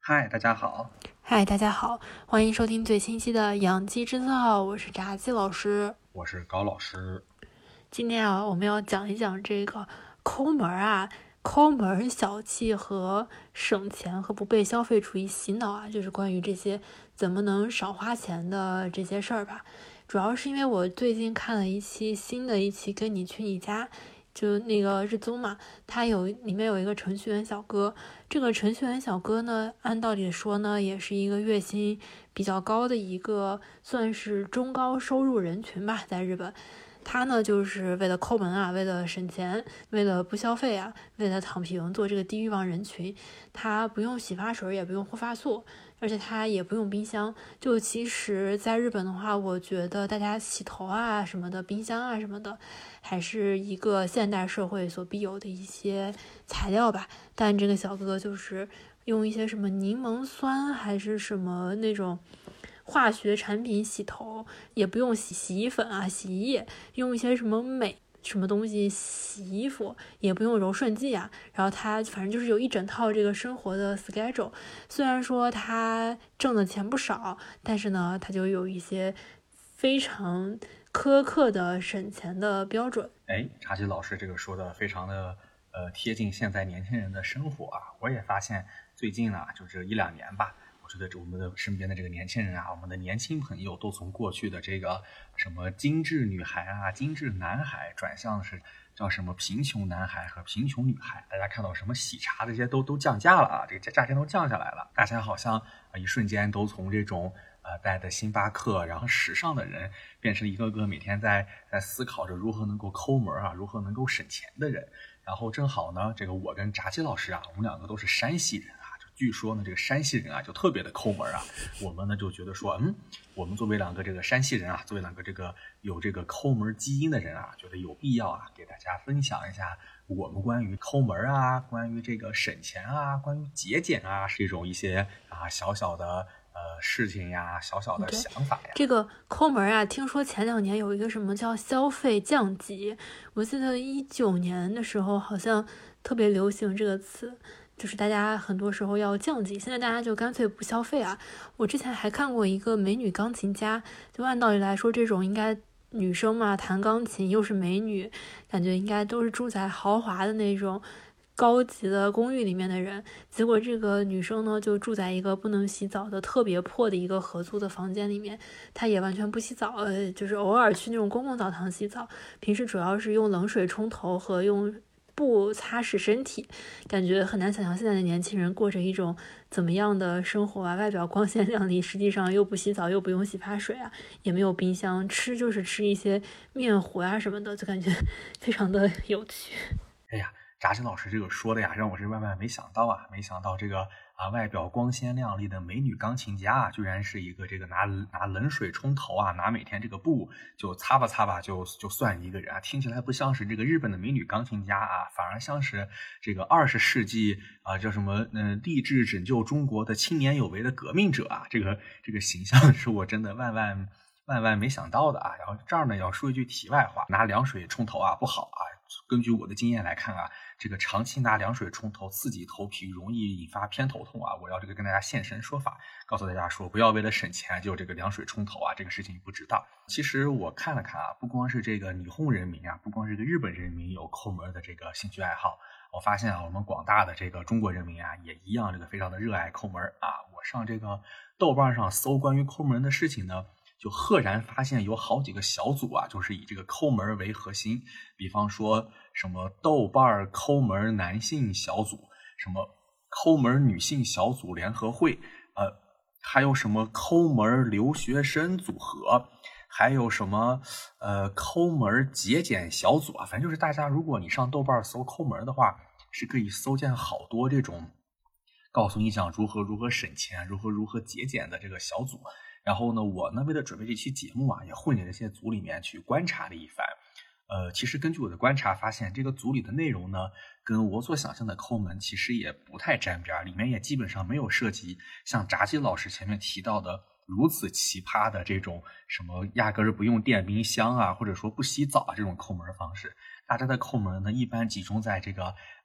嗨，大家好。 嗨，大家好，欢迎收听最新期的养鸡制造，我是炸鸡老师。 我是高老师。 今天我们要讲一讲这个抠门抠门、小气和省钱和不被消费主义洗脑就是关于这些怎么能少花钱的这些事儿吧。主要是因为我最近看了新的一期《跟你去你家》，就那个日综嘛，里面有一个程序员小哥，这个程序员小哥呢，按道理说呢，也是一个月薪比较高的一个，算是中高收入人群吧，在日本。他呢，就是为了抠门为了省钱，为了不消费为了躺平，做这个低欲望人群。他不用洗发水，也不用护发素，而且他也不用冰箱。就其实，在日本的话，我觉得大家洗头什么的，冰箱什么的，还是一个现代社会所必有的一些材料吧。但这个小哥就是用一些什么柠檬酸，还是什么那种化学产品洗头，也不用洗衣粉洗衣液，用一些什么东西洗衣服，也不用柔顺剂然后他反正就是有一整套这个生活的 schedule。虽然说他挣的钱不少，但是呢，他就有一些非常苛刻的省钱的标准。 茶吉老师这个说的非常的贴近现在年轻人的生活啊。我也发现最近就这1-2年吧，我觉得我们的身边的这个年轻人我们的年轻朋友都从过去的这个什么精致女孩精致男孩，转向是叫什么贫穷男孩和贫穷女孩。大家看到什么喜茶这些都降价了这个价钱都降下来了。大家好像一瞬间都从这种带的星巴克然后时尚的人，变成一个个每天在思考着如何能够抠门如何能够省钱的人。然后正好呢，这个我跟炸鸡老师我们两个都是山西人据说呢，这个山西人就特别的抠门我们呢就觉得说，我们作为两个这个山西人作为两个这个有这个抠门基因的人觉得有必要给大家分享一下我们关于抠门关于这个省钱关于节俭这种一些小小的事情小小的想法这个抠门听说前2年有一个什么叫消费降级，我记得19年的时候好像特别流行这个词。就是大家很多时候要降级，现在大家就干脆不消费我之前还看过一个美女钢琴家，就按道理来说，这种应该女生嘛，弹钢琴又是美女，感觉应该都是住在豪华的那种高级的公寓里面的人。结果这个女生呢，就住在一个不能洗澡的特别破的一个合租的房间里面，她也完全不洗澡，就是偶尔去那种公共澡堂洗澡，平时主要是用冷水冲头和用不擦拭身体。感觉很难想象现在的年轻人过着一种怎么样的生活外表光鲜亮丽，实际上又不洗澡，又不用洗发水也没有冰箱，吃就是吃一些面糊什么的，就感觉非常的有趣。 炸鸡老师这个说的让我是万万没想到没想到这个外表光鲜亮丽的美女钢琴家居然是一个这个拿冷水冲头拿每天这个布就擦吧擦吧就算一个人听起来不像是这个日本的美女钢琴家反而像是这个20世纪叫什么励志拯救中国的青年有为的革命者这个形象是我真的万万没想到的然后这儿呢要说一句题外话，拿凉水冲头不好根据我的经验来看这个长期拿凉水冲头刺激头皮，容易引发偏头痛我要这个跟大家现身说法，告诉大家说不要为了省钱就这个凉水冲头这个事情不值当。其实我看了看不光是这个日本人民不光是这个日本人民有抠门的这个兴趣爱好，我发现我们广大的这个中国人民也一样这个非常的热爱抠门我上这个豆瓣上搜关于抠门的事情呢，就赫然发现有好几个小组就是以这个抠门为核心，比方说什么豆瓣抠门男性小组，什么抠门女性小组联合会，还有什么抠门留学生组合，还有什么抠门节俭小组反正就是大家如果你上豆瓣搜抠门的话，是可以搜见好多这种告诉你讲如何省钱如何节俭的这个小组。然后呢，我呢为了准备这期节目也混进这些组里面去观察了一番。其实根据我的观察发现，这个组里的内容呢，跟我所想象的抠门其实也不太沾边，里面也基本上没有涉及像炸鸡老师前面提到的如此奇葩的这种什么压根儿不用电冰箱或者说不洗澡这种抠门方式。大家的抠门呢，一般集中在这个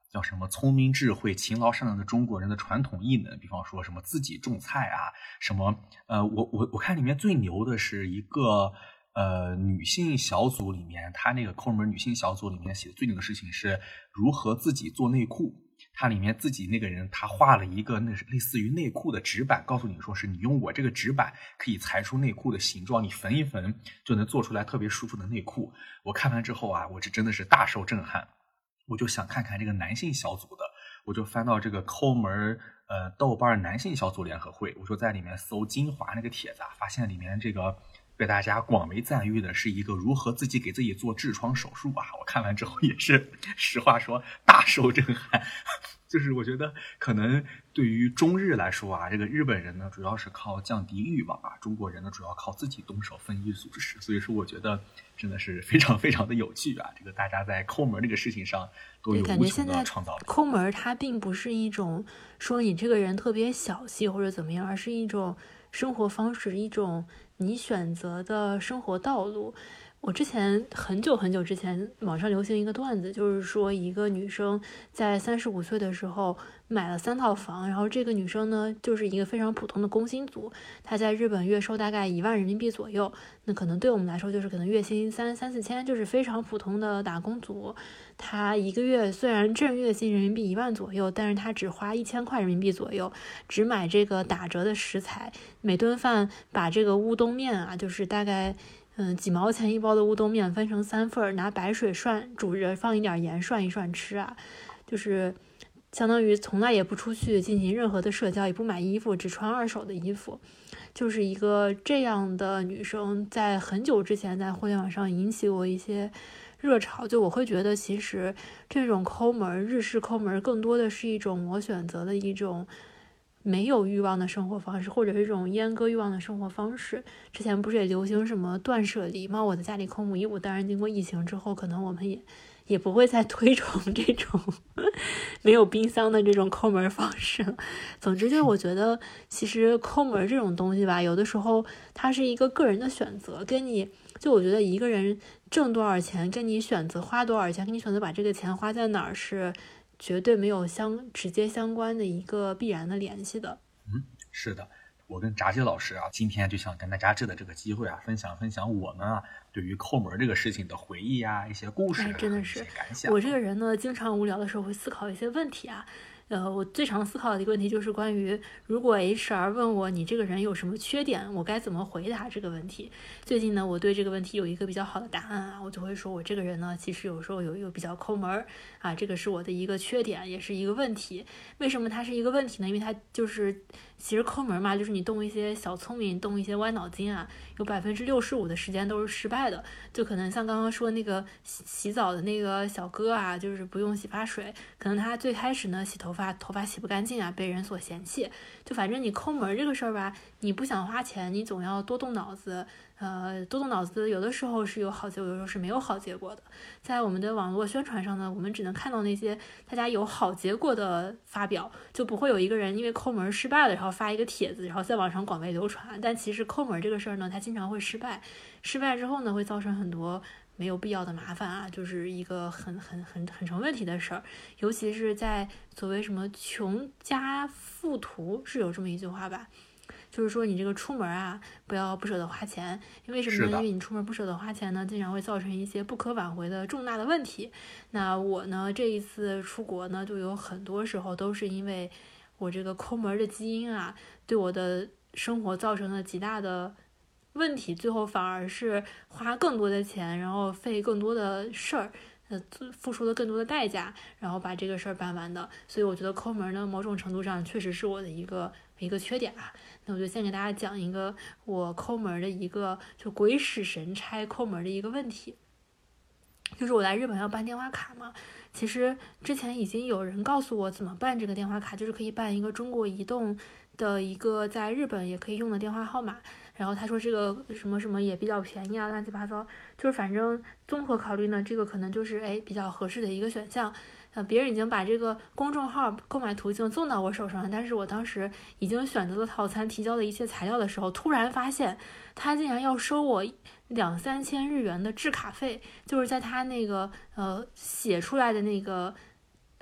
叫什么聪明智慧勤劳善良的中国人的传统艺能，比方说什么自己种菜啊，什么我看里面最牛的是一个女性小组里面，他那个抠门女性小组里面写的最牛的事情是如何自己做内裤。它里面自己那个人他画了一个那是类似于内裤的纸板，告诉你说是你用我这个纸板可以裁出内裤的形状，你缝一缝就能做出来特别舒服的内裤。我看完之后啊，我这真的是大受震撼，我就想看看这个男性小组的，我就翻到这个抠门豆瓣男性小组联合会，我就在里面搜精华那个帖子啊，发现里面这个被大家广为赞誉的是一个如何自己给自己做痔疮手术啊！我看完之后也是实话说大受震撼，就是我觉得可能对于中日来说啊，这个日本人呢主要是靠降低欲望啊，中国人呢主要靠自己动手丰衣足食，所以说我觉得真的是非常非常的有趣啊！这个大家在抠门这个事情上都有无穷的创造力。 抠门它并不是一种说你这个人特别小气或者怎么样，而是一种生活方式，一种你选择的生活道路。我之前很久很久之前网上流行一个段子，就是说一个女生在35岁的时候买了3套房，然后这个女生呢就是一个非常普通的工薪族，她在日本月收大概1万人民币左右，那可能对我们来说就是可能月薪3、4千，就是非常普通的打工族。她一个月虽然挣月薪人民币1万左右，但是她只花1000块人民币左右，只买这个打折的食材，每顿饭把这个乌冬面啊，就是大概几毛钱一包的乌冬面分成3份，拿白水煮着，放一点盐涮一涮吃啊，就是相当于从来也不出去进行任何的社交，也不买衣服，只穿2手的衣服。就是一个这样的女生，在很久之前在互联网上引起过一些热潮，就我会觉得其实这种抠门，日式抠门更多的是一种我选择的一种没有欲望的生活方式，或者是一种阉割欲望的生活方式。之前不是也流行什么断舍离吗？我在家里空无一物。当然经过疫情之后，可能我们也不会再推崇这种没有冰箱的这种抠门方式了。总之就是我觉得其实抠门这种东西吧，有的时候它是一个个人的选择，跟你就我觉得一个人挣多少钱跟你选择花多少钱，跟你选择把这个钱花在哪儿是绝对没有直接相关的一个必然的联系的。 是的，我跟炸鸡老师啊，今天就想跟大家借的这个机会啊，分享分享我们啊对于抠门这个事情的回忆啊，一些故事啊， 真的是一些感想。 我这个人呢，经常无聊的时候会思考一些问题啊。我最常思考的一个问题就是关于，如果 HR 问我你这个人有什么缺点，我该怎么回答这个问题。最近呢，我对这个问题有一个比较好的答案啊，我就会说我这个人呢，其实有时候有比较抠门啊，这个是我的一个缺点，也是一个问题。为什么它是一个问题呢？因为它就是其实抠门嘛，就是你动一些小聪明，动一些歪脑筋啊，有65%的时间都是失败的。就可能像刚刚说那个洗澡的那个小哥啊，就是不用洗发水，可能他最开始呢洗头发洗不干净啊，被人所嫌弃。就反正你抠门这个事儿吧，你不想花钱，你总要多动脑子。多动脑子，有的时候是有好结果，有的时候是没有好结果的。在我们的网络宣传上呢，我们只能看到那些大家有好结果的发表，就不会有一个人因为抠门失败了，然后发一个帖子，然后在网上广为流传。但其实抠门这个事儿呢，它经常会失败，失败之后呢，会造成很多没有必要的麻烦啊，就是一个很成问题的事儿。尤其是在所谓什么穷家富图，是有这么一句话吧？就是说你这个出门啊，不舍得花钱，因为什么呢？因为你出门不舍得花钱呢，经常会造成一些不可挽回的重大的问题。那我呢，这一次出国呢，就有很多时候都是因为我这个抠门的基因啊，对我的生活造成了极大的问题，最后反而是花更多的钱，然后费更多的事儿。付出了更多的代价，然后把这个事儿办完的。所以我觉得抠门呢，某种程度上确实是我的一个缺点啊。那我就先给大家讲一个我抠门的一个就鬼使神差抠门的一个问题，就是我来日本要办电话卡嘛。其实之前已经有人告诉我怎么办这个电话卡，就是可以办一个中国移动的一个在日本也可以用的电话号码。然后他说这个什么什么也比较便宜啊，乱七八糟，就是反正综合考虑呢，这个可能就是比较合适的一个选项。别人已经把这个公众号购买途径送到我手上了，但是我当时已经选择了套餐，提交了一切材料的时候，突然发现他竟然要收我2-3千日元的制卡费，就是在他那个写出来的那个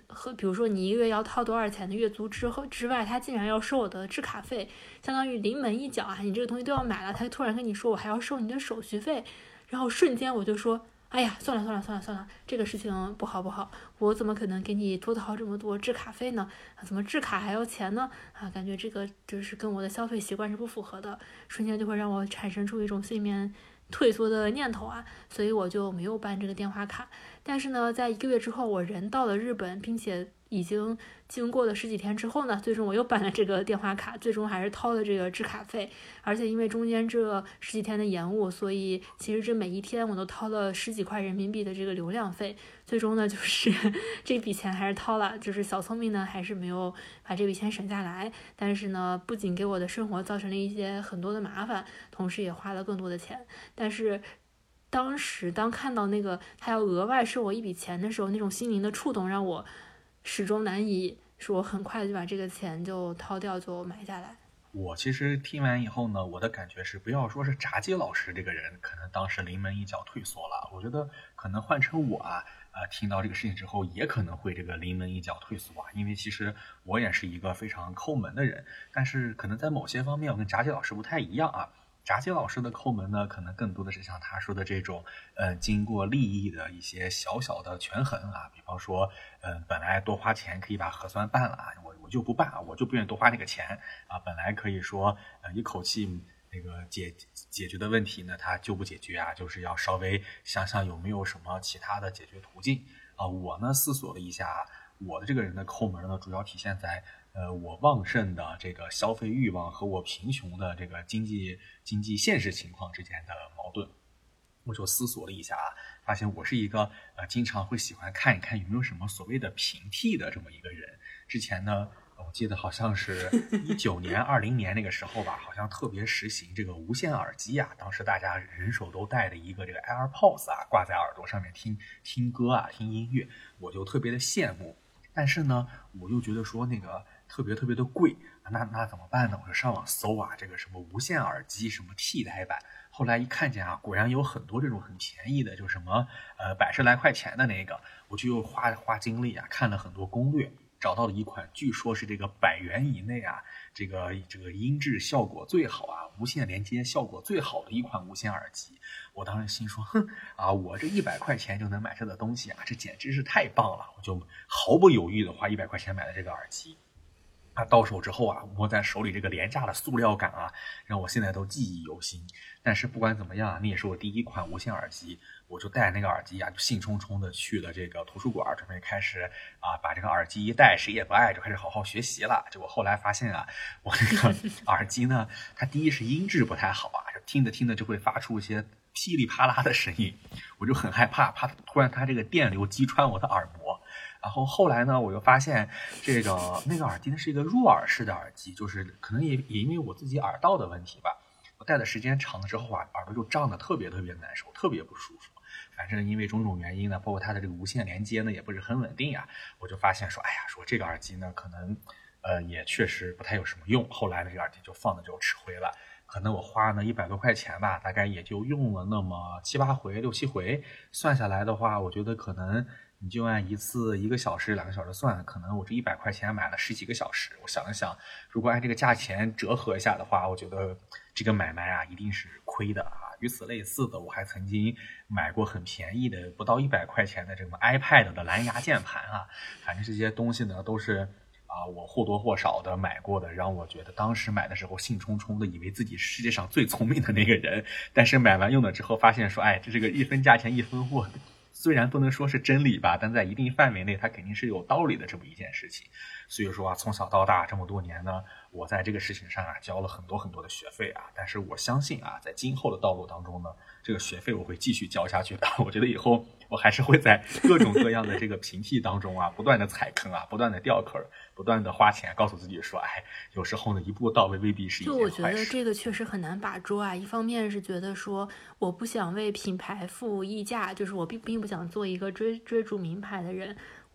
和比如说你1个月要掏多少钱的月租之外，他竟然要收我的制卡费，相当于临门一脚啊，你这个东西都要买了，他突然跟你说我还要收你的手续费，然后瞬间我就说，哎呀，算了，这个事情不好，我怎么可能给你多掏这么多制卡费呢？怎么制卡还要钱呢？感觉这个就是跟我的消费习惯是不符合的，瞬间就会让我产生出一种心里面退缩的念头啊，所以我就没有办这个电话卡。但是呢，在1个月之后，我人到了日本，并且已经经过了10几天之后呢，最终我又办了这个电话卡，最终还是掏了这个制卡费。而且因为中间这10几天的延误，所以其实这每一天我都掏了10几块人民币的这个流量费。最终呢，就是这笔钱还是掏了，就是小聪明呢还是没有把这笔钱省下来。但是呢，不仅给我的生活造成了一些很多的麻烦，同时也花了更多的钱。但是当看到那个他要额外收我一笔钱的时候，那种心灵的触动让我始终难以说很快就把这个钱就掏掉就买下来。 我其实听完以后呢，我的感觉是，不要说是炸鸡老师这个人，可能当时临门一脚退缩了，我觉得可能换成我啊，听到这个事情之后，也可能会这个临门一脚退缩啊，因为其实我也是一个非常抠门的人，但是可能在某些方面，我跟炸鸡老师不太一样啊。炸鸡老师的抠门呢，可能更多的是像他说的这种，经过利益的一些小小的权衡啊，比方说，本来多花钱可以把核酸办了啊，我就不办啊，我就不愿意多花那个钱啊，本来可以说，一口气那个解决的问题呢，他就不解决啊，就是要稍微想想有没有什么其他的解决途径啊。我呢思索了一下，我的这个人的抠门呢，主要体现在我旺盛的这个消费欲望和我贫穷的这个经济现实情况之间的矛盾。我就思索了一下啊，发现我是一个经常会喜欢看一看有没有什么所谓的平替的这么一个人。之前呢，我记得好像是19年、20年那个时候吧，好像特别实行这个无线耳机啊，当时大家人手都带的一个这个 AirPods 啊，挂在耳朵上面听歌啊，听音乐，我就特别的羡慕。但是呢，我又觉得说那个特别的贵，那怎么办呢？我就上网搜啊，这个什么无线耳机什么替代版，后来一看见啊，果然有很多这种很便宜的，就什么100来块钱的那个，我就又花精力啊看了很多攻略，找到了一款据说是这个100元以内啊，这个音质效果最好啊，无线连接效果最好的一款无线耳机。我当时心说，我这100块钱就能买这个东西啊，这简直是太棒了！我就毫不犹豫的花100块钱买了这个耳机。到手之后啊，摸在手里这个廉价的塑料感啊，让我现在都记忆犹新。但是不管怎么样，那也是我第一款无线耳机，我就带那个耳机啊，就兴冲冲的去了这个图书馆，准备开始把这个耳机一戴，谁也不爱，就开始好好学习了。结果后来发现啊，我这个耳机呢，它第一是音质不太好啊，听着就会发出一些噼里啪啦的声音，我就很害怕，怕突然它这个电流击穿我的耳膜。然后后来呢，我又发现那个耳机呢是一个入耳式的耳机，就是可能也因为我自己耳道的问题吧，我戴的时间长了之后啊，耳朵就胀得特别难受，特别不舒服。反正因为种种原因呢，包括它的这个无线连接呢也不是很稳定啊，我就发现说，说这个耳机呢可能也确实不太有什么用。后来呢，这个耳机就放着就吃灰了。可能我花了100多块钱吧，大概也就用了那么7、8回、6、7回，算下来的话，我觉得可能你就按一次1个小时、2个小时算，可能我这100块钱买了10几个小时。我想了想，如果按这个价钱折合一下的话，我觉得这个买卖啊一定是亏的啊。与此类似的，我还曾经买过很便宜的不到100块钱的这个 iPad 的蓝牙键盘啊，反正这些东西呢都是我或多或少的买过的，让我觉得当时买的时候兴冲冲的以为自己是世界上最聪明的那个人，但是买完用了之后发现说，这个一分价钱一分货，虽然不能说是真理吧，但在一定范围内它肯定是有道理的这么一件事情。所以说从小到大这么多年呢，我在这个事情上交了很多的学费啊，但是我相信在今后的道路当中呢，这个学费我会继续交下去的。我觉得以后我还是会在各种各样的这个平替当中不断的踩坑不断的掉坑，不断的花钱，告诉自己说，有时候呢一步到位未必是一件坏事。 就我觉得这个确实很难把捉一方面是觉得说我不想为品牌付溢价，就是我并不想做一个追逐名牌的人。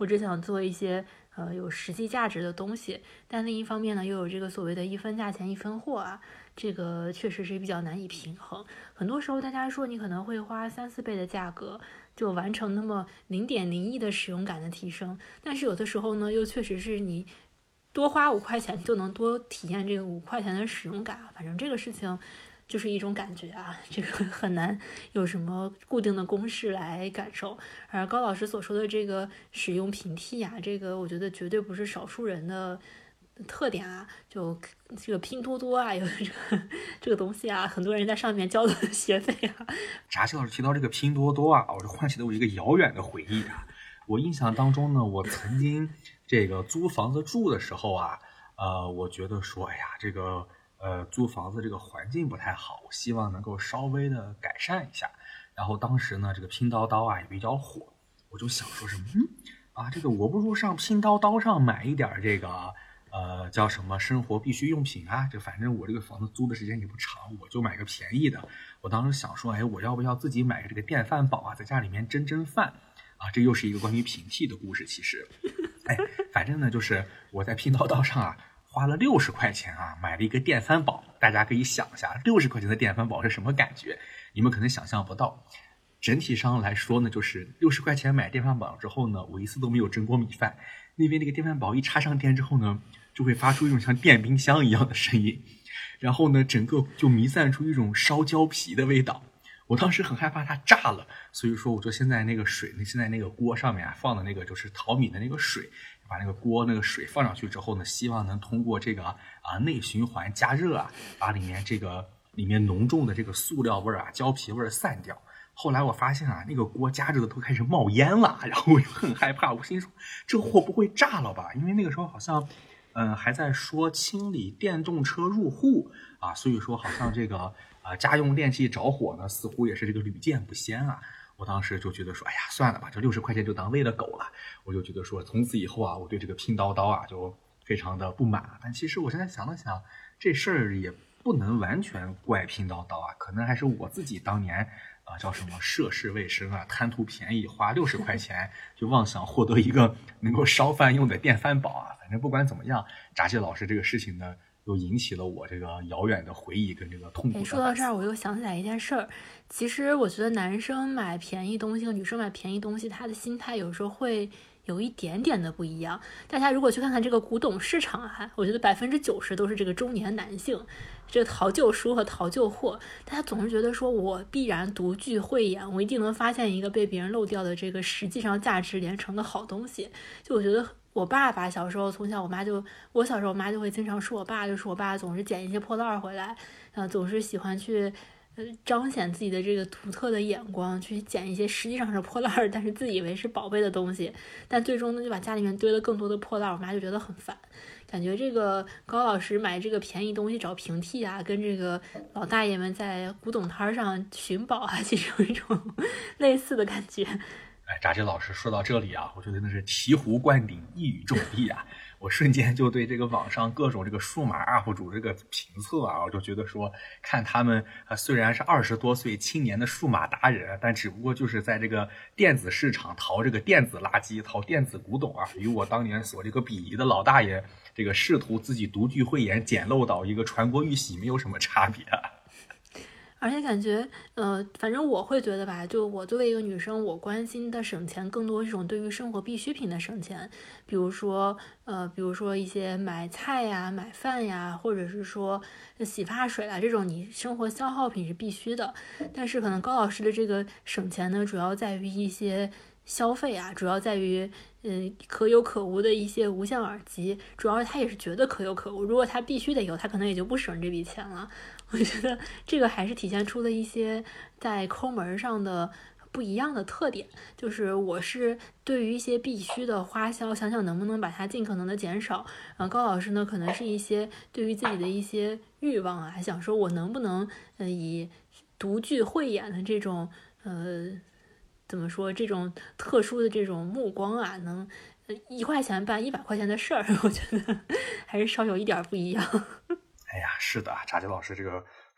我只想做一些有实际价值的东西，但另一方面呢，又有这个所谓的一分价钱一分货啊，这个确实是比较难以平衡。很多时候大家说你可能会花3-4倍的价格就完成那么0.01的使用感的提升，但是有的时候呢，又确实是你多花5块钱就能多体验这个5块钱的使用感，反正这个事情就是一种感觉啊，这个很难有什么固定的公式来感受。而高老师所说的这个使用平替啊，这个我觉得绝对不是少数人的特点啊，就这个拼多多啊，有这个东西啊，很多人在上面交的学费啊。 炸鸡老师提到这个拼多多啊，我就唤起了我一个遥远的回忆啊。我印象当中呢，我曾经这个租房子住的时候啊，我觉得说，哎呀，这个租房子这个环境不太好，我希望能够稍微的改善一下。然后当时呢，这个拼多多啊也比较火，我就想说什么，这个我不如上拼多多上买一点这个叫什么生活必需用品啊，这反正我这个房子租的时间也不长，我就买个便宜的。我当时想说，哎，我要不要自己买个这个电饭煲啊，在家里面蒸饭啊？这又是一个关于平替的故事，其实，哎，反正呢，就是我在拼多多上啊花了60块钱啊买了一个电饭煲，大家可以想一下，60块钱的电饭煲是什么感觉？你们可能想象不到。整体上来说呢，就是60块钱买电饭煲之后呢，我一次都没有蒸过米饭。那边那个电饭煲一插上电之后呢，就会发出一种像电冰箱一样的声音，然后呢，整个就弥散出一种烧焦皮的味道。我当时很害怕它炸了，所以说我就现在那个水，现在那个锅上面放的那个就是淘米的那个水，把那个锅那个水放上去之后呢，希望能通过这个内循环加热啊，把里面浓重的这个塑料味啊、焦皮味散掉。后来我发现啊，那个锅加热的都开始冒烟了，然后我就很害怕，我心说这货不会炸了吧？因为那个时候好像还在说清理电动车入户啊，所以说好像这个家用电器着火呢，似乎也是这个屡见不鲜啊。我当时就觉得说，哎呀，算了吧，这60块钱就当喂了狗了。我就觉得说，从此以后啊，我对这个拼多多啊就非常的不满。但其实我现在想了想，这事儿也不能完全怪拼多多啊，可能还是我自己当年叫什么涉世未深啊，贪图便宜，花60块钱就妄想获得一个能够烧饭用的电饭煲啊。反正不管怎么样，炸鸡老师这个事情呢，又引起了我这个遥远的回忆跟这个痛苦的。 说到这儿，我又想起来一件事儿。其实我觉得男生买便宜东西和女生买便宜东西，他的心态有时候会有一点点的不一样。大家如果去看看这个古董市场啊，我觉得90%都是这个中年男性，这个淘旧书和淘旧货，大家总是觉得说我必然独具慧眼，我一定能发现一个被别人漏掉的这个实际上价值连城的好东西。就我觉得我爸爸小时候，从小我小时候我妈就会经常说我爸，就是我爸总是捡一些破烂回来，总是喜欢去彰显自己的这个独特的眼光，去捡一些实际上是破烂但是自以为是宝贝的东西，但最终呢就把家里面堆了更多的破烂，我妈就觉得很烦。感觉这个高老师买这个便宜东西找平替啊，跟这个老大爷们在古董摊上寻宝啊，其实有一种类似的感觉。 哎，炸鸡老师说到这里啊，我觉得那是醍醐灌顶，一语中的啊！我瞬间就对这个网上各种这个数码 UP 主这个评测啊，我就觉得说，看他们虽然是20多岁青年的数码达人，但只不过就是在这个电子市场淘这个电子垃圾、淘电子古董啊，与我当年所这个鄙夷的老大爷这个试图自己独具慧眼捡漏到一个传国玉玺没有什么差别。 而且感觉，反正我会觉得吧，就我作为一个女生，我关心的省钱更多是这种对于生活必需品的省钱，比如说一些买菜呀、买饭呀，或者是说洗发水啦，这种你生活消耗品是必须的。但是可能高老师的这个省钱呢，主要在于一些消费啊，主要在于可有可无的一些无线耳机，主要他也是觉得可有可无，如果他必须得有，他可能也就不省这笔钱了。我觉得这个还是体现出了一些在抠门上的不一样的特点，就是我是对于一些必须的花销，想想能不能把它尽可能的减少。高老师呢，可能是一些对于自己的一些欲望啊，想说我能不能以独具慧眼的这种怎么说这种特殊的这种目光啊，能1块钱办100块钱的事儿，我觉得还是稍有一点不一样。 哎呀，是的，炸鸡老师这个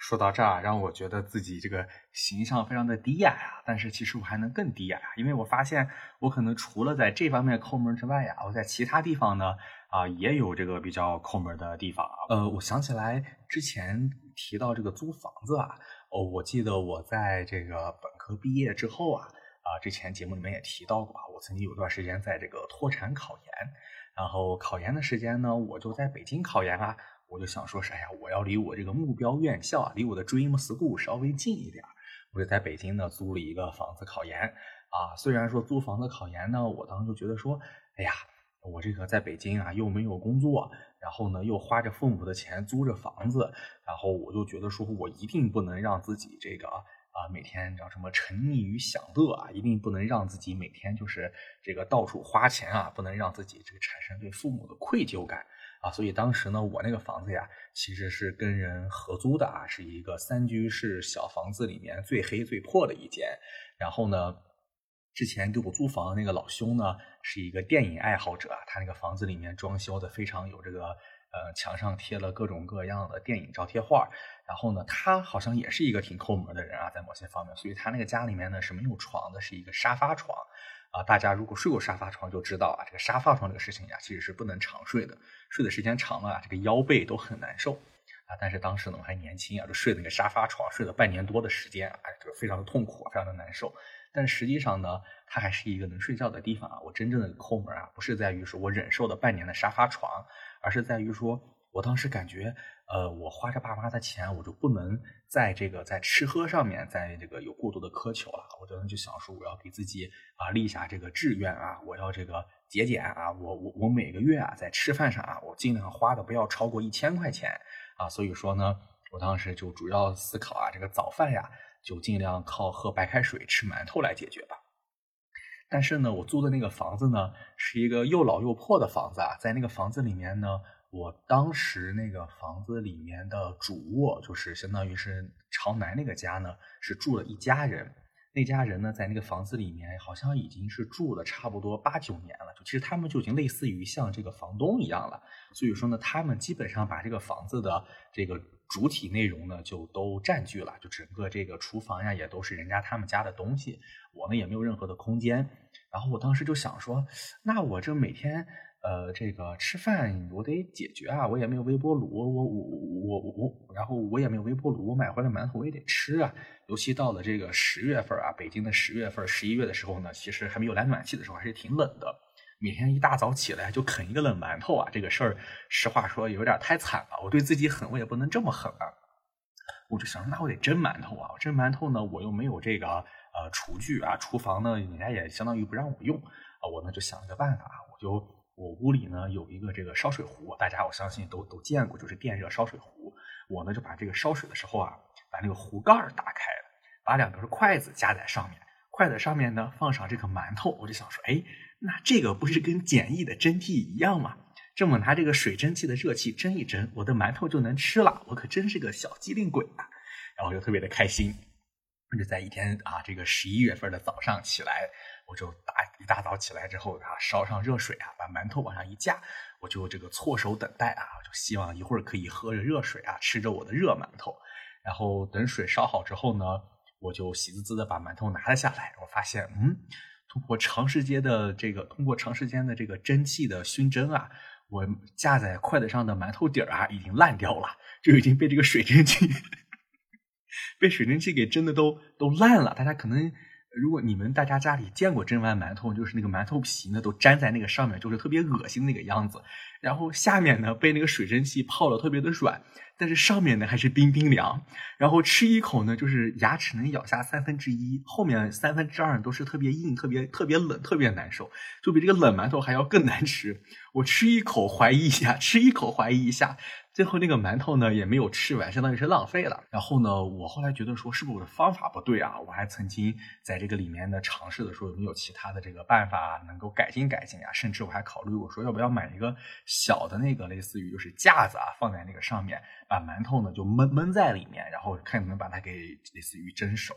说到这儿，让我觉得自己这个形象非常的低雅呀，但是其实我还能更低雅呀，因为我发现我可能除了在这方面抠门之外呀，我在其他地方呢也有这个比较抠门的地方。我想起来之前提到这个租房子啊，我记得我在这个本科毕业之后啊，之前节目里面也提到过啊，我曾经有段时间在这个脱产考研，然后考研的时间呢，我就在北京考研啊。我就想说是，哎呀，我要离我这个目标院校啊，离我的 dream school 稍微近一点。我就在北京呢租了一个房子考研啊。虽然说租房子考研呢，我当时就觉得说，哎呀，我这个在北京啊又没有工作，然后呢又花着父母的钱租着房子，然后我就觉得说我一定不能让自己这个每天叫什么沉溺于享乐啊，一定不能让自己每天就是这个到处花钱啊，不能让自己这个产生对父母的愧疚感。所以当时呢，我那个房子呀，其实是跟人合租的啊，是一个3居室小房子里面最黑最破的一间。然后呢，之前给我租房的那个老兄呢，是一个电影爱好者啊，他那个房子里面装修的非常有这个墙上贴了各种各样的电影照贴画。然后呢，他好像也是一个挺抠门的人啊，在某些方面，所以他那个家里面呢是没有床的，是一个沙发床。大家如果睡过沙发床就知道啊，这个沙发床这个事情呀，其实是不能常睡的，睡的时间长了啊，这个腰背都很难受啊。但是当时呢我还年轻啊，就睡那个沙发床，睡了半年多的时间啊，这个非常的痛苦，非常的难受。但实际上呢，它还是一个能睡觉的地方啊。我真正的抠门啊，不是在于说我忍受了半年的沙发床，而是在于说我当时感觉我花着爸妈的钱，我就不能在吃喝上面在这个有过多的苛求了。我真的就想说，我要给自己立下这个志愿啊，我要这个节俭啊，我每个月啊在吃饭上啊，我尽量花的不要超过1000块钱啊。所以说呢，我当时就主要思考啊，这个早饭呀就尽量靠喝白开水吃馒头来解决吧。但是呢，我租的那个房子呢，是一个又老又破的房子啊。在那个房子里面呢，我当时那个房子里面的主卧，就是相当于是朝南那个家呢，是住了一家人。那家人呢，在那个房子里面好像已经是住了差不多8、9年了，其实他们就已经类似于像这个房东一样了。所以说呢，他们基本上把这个房子的这个主体内容呢，就都占据了，就整个这个厨房呀，也都是他们家的东西。我呢也没有任何的空间。然后我当时就想说，那我这每天这个吃饭我得解决啊，我也没有微波炉，然后我也没有微波炉，我买回来馒头我也得吃啊。尤其到了这个10月份啊，北京的10月份、11月的时候呢，其实还没有来暖气的时候，还是挺冷的。每天一大早起来就啃一个冷馒头啊，这个事儿实话说有点太惨了。我对自己狠，我也不能这么狠啊。我就想，那我得蒸馒头啊！我蒸馒头呢，我又没有这个厨具啊，厨房呢，人家也相当于不让我用啊。我呢就想了个办法，我屋里呢有一个这个烧水壶，大家我相信都见过，就是电热烧水壶。我呢就把这个烧水的时候啊，把那个壶盖打开了，把2根筷子夹在上面，筷子上面呢放上这个馒头。我就想说，哎，那这个不是跟简易的蒸屉一样吗？这么拿这个水蒸气的热气蒸一蒸，我的馒头就能吃了，我可真是个小机灵鬼啊！然后就特别的开心。就在一天这个11月份的早上起来，我就一大早起来之后烧上热水啊，把馒头往上一架，我就这个措手等待啊，就希望一会儿可以喝着热水啊，吃着我的热馒头。然后等水烧好之后呢，我就喜滋滋的把馒头拿了下来，我发现通过长时间的这个蒸汽的熏蒸啊，我架在筷子上的馒头底儿啊已经烂掉了，就已经被这个水蒸气被水蒸气给蒸的都烂了。大家可能如果大家家里见过蒸完馒头，就是那个馒头皮呢都粘在那个上面，就是特别恶心那个样子。然后下面呢被那个水蒸气泡了特别的软，但是上面呢还是冰冰凉。然后吃一口呢，就是牙齿能咬下1/3，后面2/3都是特别硬、特别冷、特别难受，就比这个冷馒头还要更难吃。我吃一口怀疑一下，最后那个馒头呢也没有吃完，相当于是浪费了。然后呢，我后来觉得说是不是我的方法不对啊？我还曾经在这个里面呢尝试的说有没有其他的这个办法能够改进啊，甚至我还考虑我说要不要买一个小的那个类似于就是架子放在那个上面，把馒头呢就闷在里面，然后看能不能把它给类似于蒸熟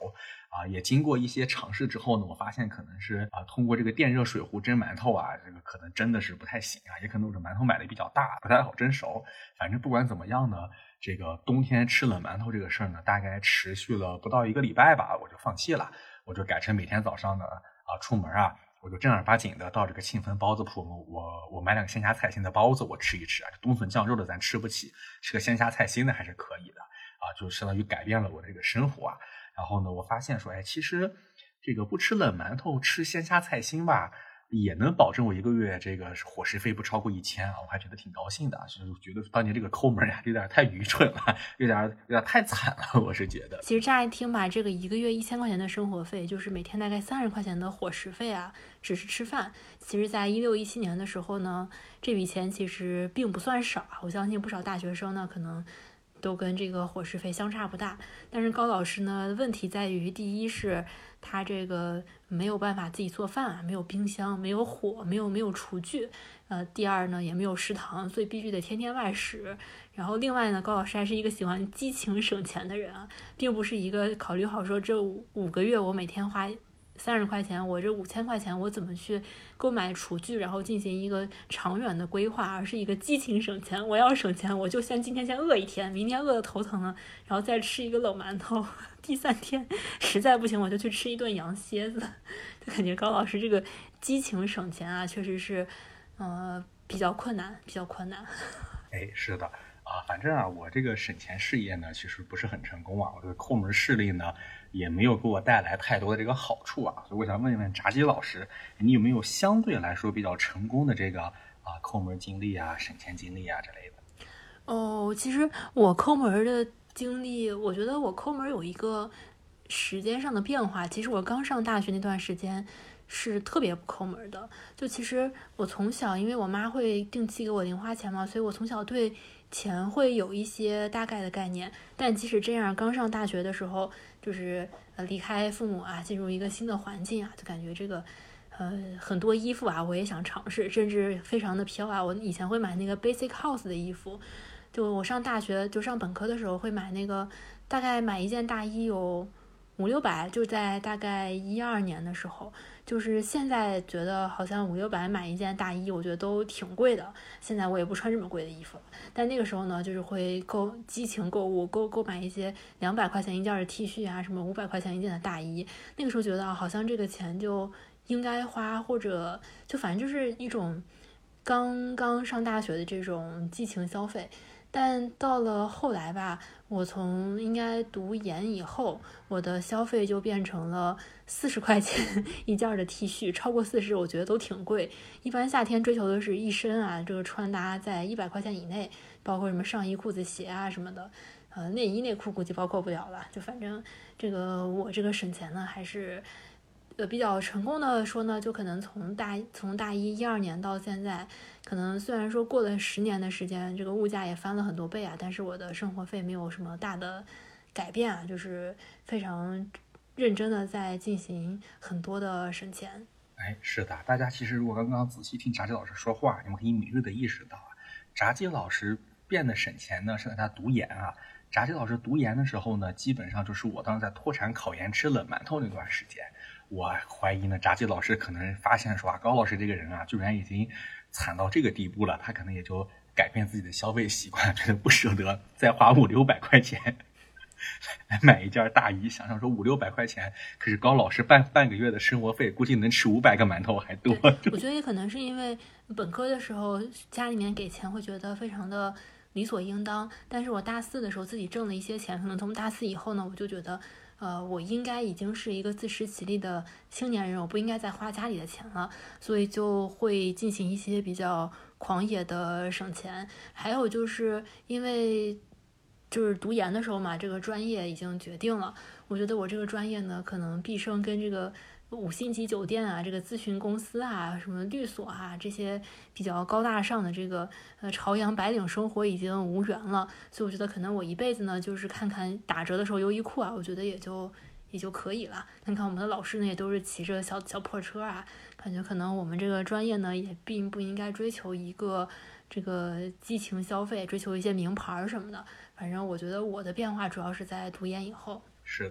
也经过一些尝试之后呢，我发现可能是通过这个电热水壶蒸馒头啊，这个可能真的是不太行啊，也可能我这馒头买的比较大，不太好蒸熟。反正不管怎么样呢，这个冬天吃冷馒头这个事儿呢，大概持续了不到1个礼拜吧，我就放弃了，我就改成每天早上呢出门我就正儿八经的到这个庆丰包子铺，我买2个鲜虾菜心的包子，我吃一吃冬笋酱肉的咱吃不起，吃个鲜虾菜心的还是可以的就相当于改变了我的这个生活然后呢，我发现说，其实这个不吃冷馒头，吃鲜虾菜心吧，也能保证我1个月这个伙食费不超过1000我还觉得挺高兴的就是觉得当年这个抠门有点太愚蠢了，有点太惨了，我是觉得。 其实乍一听吧，这个1个月1000块钱的生活费，就是每天大概30块钱的伙食费只是吃饭。其实在16、17年的时候呢，这笔钱其实并不算少我相信不少大学生呢，可能都跟这个伙食费相差不大。但是高老师呢，问题在于，第一是他这个没有办法自己做饭没有冰箱，没有火，没有厨具。第二呢，也没有食堂，所以必须得天天外食。然后另外呢，高老师还是一个喜欢激情省钱的人并不是一个考虑好说这5个月我每天花30块钱，我这5000块钱我怎么去购买厨具，然后进行一个长远的规划，而是一个激情省钱。我要省钱，我就今天先饿一天，明天饿得头疼了，然后再吃一个冷馒头，第3天实在不行我就去吃一顿羊蝎子。就感觉高老师这个激情省钱确实是比较困难。 是的反正我这个省钱事业呢，其实不是很成功我这个抠门势力呢，也没有给我带来太多的这个好处所以我想问一问炸鸡老师，你有没有相对来说比较成功的这个抠门经历省钱经历之类的？ 其实我抠门的经历，我觉得我抠门有一个时间上的变化。其实我刚上大学那段时间是特别不抠门的，就其实我从小，因为我妈会定期给我零花钱嘛，所以我从小对钱会有一些大概的概念。但即使这样，刚上大学的时候，就是离开父母进入一个新的环境就感觉这个很多衣服我也想尝试，甚至非常的飘我以前会买那个 Basic House 的衣服，就我上大学就上本科的时候会买那个，大概买一件大衣有500-600，就在大概12年的时候。就是现在觉得好像500-600买一件大衣，我觉得都挺贵的。现在我也不穿这么贵的衣服了，但那个时候呢，就是会激情购物，购买一些200块钱一件的 T 恤什么500块钱一件的大衣。那个时候觉得好像这个钱就应该花，或者就反正就是一种刚上大学的这种激情消费。但到了后来吧，我从应该读研以后，我的消费就变成了40块钱一件的 T 恤，超过40我觉得都挺贵。一般夏天追求的是一身这个穿搭在100块钱以内，包括什么上衣、裤子、鞋什么的。内衣内裤估计包括不了了。就反正我这个省钱呢，还是比较成功的说呢，就可能从大一12年到现在，可能虽然说过了10年的时间，这个物价也翻了很多倍但是我的生活费没有什么大的改变就是非常认真的在进行很多的省钱。 是的，大家其实如果刚刚仔细听炸鸡老师说话，你们可以敏锐的意识到炸鸡老师变得省钱呢，是在他读研炸鸡老师读研的时候呢，基本上就是我当时在脱产考研吃冷馒头那段时间。我怀疑呢，炸鸡老师可能发现说高老师这个人居然已经惨到这个地步了，他可能也就改变自己的消费习惯，觉得不舍得再花500-600块钱来买一件大衣。想想说500-600块钱，可是高老师半个月的生活费，估计能吃500个馒头还多。 我觉得也可能是因为本科的时候家里面给钱会觉得非常的理所应当，但是我大4的时候自己挣了一些钱，可能从大4以后呢，我就觉得我应该已经是一个自食其力的青年人，我不应该再花家里的钱了，所以就会进行一些比较狂野的省钱。还有就是因为就是读研的时候嘛，这个专业已经决定了，我觉得我这个专业呢，可能毕生跟这个5星级酒店这个咨询公司什么律所这些比较高大上的这个朝阳白领生活已经无缘了。所以我觉得可能我一辈子呢，就是看看打折的时候优衣库我觉得也就可以了。看看我们的老师呢，也都是骑着小破车感觉可能我们这个专业呢，也并不应该追求一个这个激情消费，追求一些名牌什么的。反正我觉得我的变化主要是在读研以后。 是的。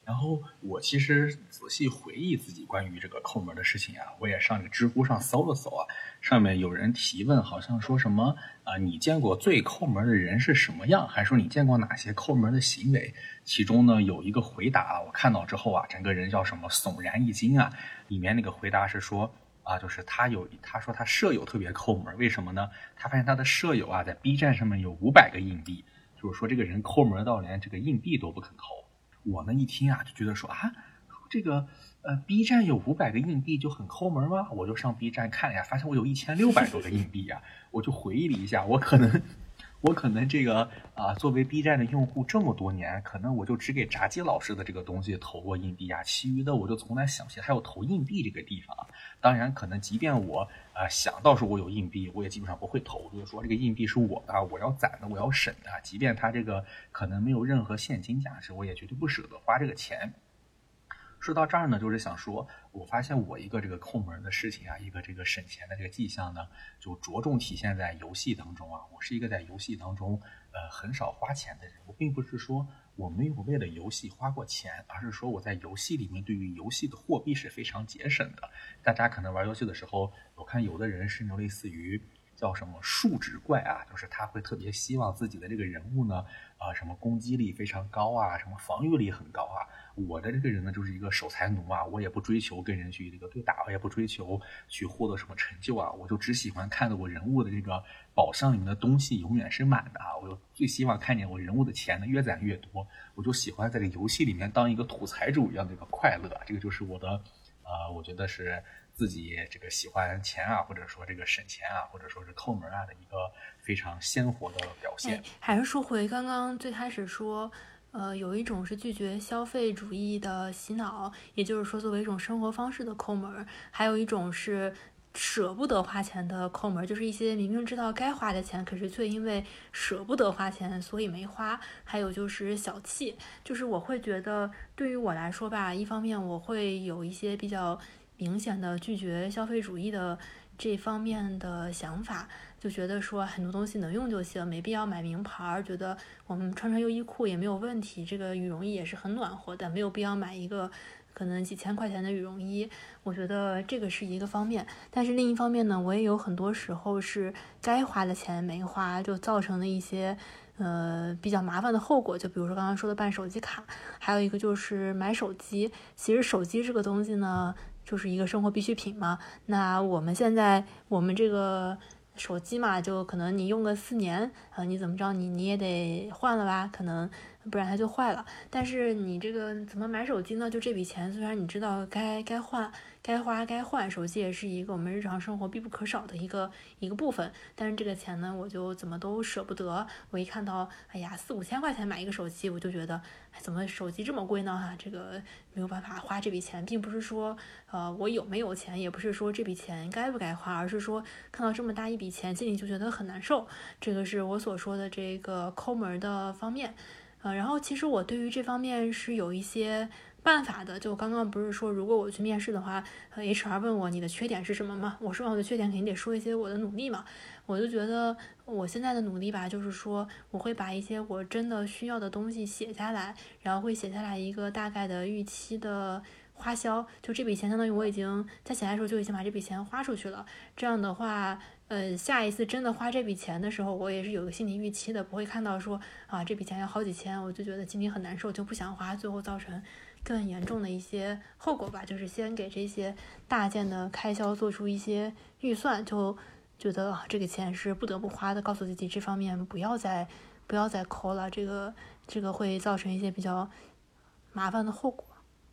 然后我其实仔细回忆自己关于这个抠门的事情啊，我也上这个知乎上搜了搜啊，上面有人提问，好像说什么你见过最抠门的人是什么样？还说你见过哪些抠门的行为？其中呢有一个回答，我看到之后啊，整个人叫什么悚然一惊啊！里面那个回答是说就是他说他舍友特别抠门，为什么呢？他发现他的舍友啊在 B 站上面有500个硬币，就是说这个人抠门到连这个硬币都不肯投。我呢一听啊就觉得说这个B 站有500个硬币就很抠门吗？我就上 B 站看了一下，发现我有1600多个硬币啊！我就回忆了一下，我可能这个作为 B 站的用户这么多年，可能我就只给炸鸡老师的这个东西投过硬币啊，其余的我就从来想不起还有投硬币这个地方。当然，可能即便我想到说我有硬币，我也基本上不会投，就是说这个硬币是我的，我要攒的，我要省的，即便它这个可能没有任何现金价值，我也绝对不舍得花这个钱。说到这儿呢，就是想说，我发现我一个这个抠门的事情啊，一个这个省钱的这个迹象呢，就着重体现在游戏当中啊。我是一个在游戏当中很少花钱的人，我并不是说我没有为了游戏花过钱，而是说我在游戏里面对于游戏的货币是非常节省的。大家可能玩游戏的时候，我看有的人是类似于叫什么数值怪啊，就是他会特别希望自己的这个人物呢，什么攻击力非常高啊，什么防御力很高啊。我的这个人呢，就是一个守财奴啊，我也不追求跟人去这个对打，我也不追求去获得什么成就啊，我就只喜欢看到我人物的这个宝箱里面的东西永远是满的啊，我就最希望看见我人物的钱呢越攒越多，我就喜欢在这个游戏里面当一个土财主一样的一个快乐，这个就是我的我觉得是自己这个喜欢钱啊，或者说这个省钱啊，或者说是抠门啊的一个非常鲜活的表现。 还是说回刚刚最开始说有一种是拒绝消费主义的洗脑，也就是说作为一种生活方式的抠门，还有一种是舍不得花钱的抠门，就是一些明明知道该花的钱，可是却因为舍不得花钱所以没花。还有就是小气，就是我会觉得对于我来说吧，一方面我会有一些比较明显的拒绝消费主义的这方面的想法，就觉得说很多东西能用就行，没必要买名牌，觉得我们穿优衣库也没有问题，这个羽绒衣也是很暖和的，没有必要买一个可能几千块钱的羽绒衣。我觉得这个是一个方面，但是另一方面呢，我也有很多时候是该花的钱没花，就造成了一些比较麻烦的后果，就比如说刚刚说的办手机卡，还有一个就是买手机。其实手机这个东西呢，就是一个生活必需品嘛。那我们现在我们这个手机嘛，就可能你用个4年，你怎么着你也得换了吧，可能不然它就坏了。但是你这个怎么买手机呢？就这笔钱，虽然你知道该换、该花、该换，手机也是一个我们日常生活必不可少的一个部分，但是这个钱呢，我就怎么都舍不得。我一看到，哎呀，4、5千块钱买一个手机，我就觉得，哎，怎么手机这么贵呢？这个没有办法花这笔钱，并不是说，我有没有钱，也不是说这笔钱该不该花，而是说看到这么大一笔钱，心里就觉得很难受。这个是我所说的这个抠门的方面。然后其实我对于这方面是有一些办法的。就刚刚不是说，如果我去面试的话，HR 问我你的缺点是什么嘛？我说我的缺点肯定得说一些我的努力嘛。我就觉得我现在的努力吧，就是说我会把一些我真的需要的东西写下来，然后会写下来一个大概的预期的花销，就这笔钱相当于我已经在写的时候就已经把这笔钱花出去了。这样的话下一次真的花这笔钱的时候，我也是有个心理预期的，不会看到说这笔钱要好几千，我就觉得心里很难受，就不想花，最后造成更严重的一些后果吧。就是先给这些大件的开销做出一些预算，就觉得这个钱是不得不花的，告诉自己这方面不要再抠了，这个会造成一些比较麻烦的后果。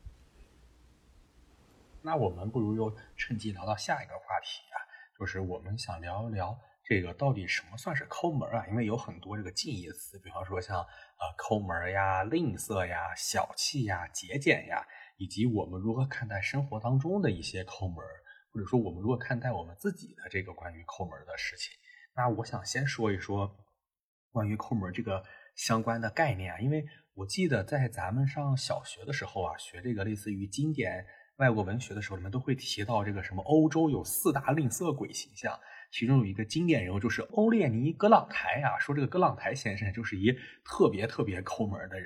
那我们不如又趁机聊到下一个话题啊，就是我们想聊一聊这个到底什么算是抠门啊？因为有很多这个近义词，比方说像抠门呀、吝啬呀、小气呀、节俭呀，以及我们如何看待生活当中的一些抠门，或者说我们如何看待我们自己的这个关于抠门的事情。那我想先说一说关于抠门这个相关的概念啊，因为我记得在咱们上小学的时候啊，学这个类似于经典外国文学的时候，里面都会提到这个什么欧洲有4大吝啬鬼形象，其中有一个经典人物就是欧列尼·葛朗台啊，说这个葛朗台先生就是一特别特别抠门的人。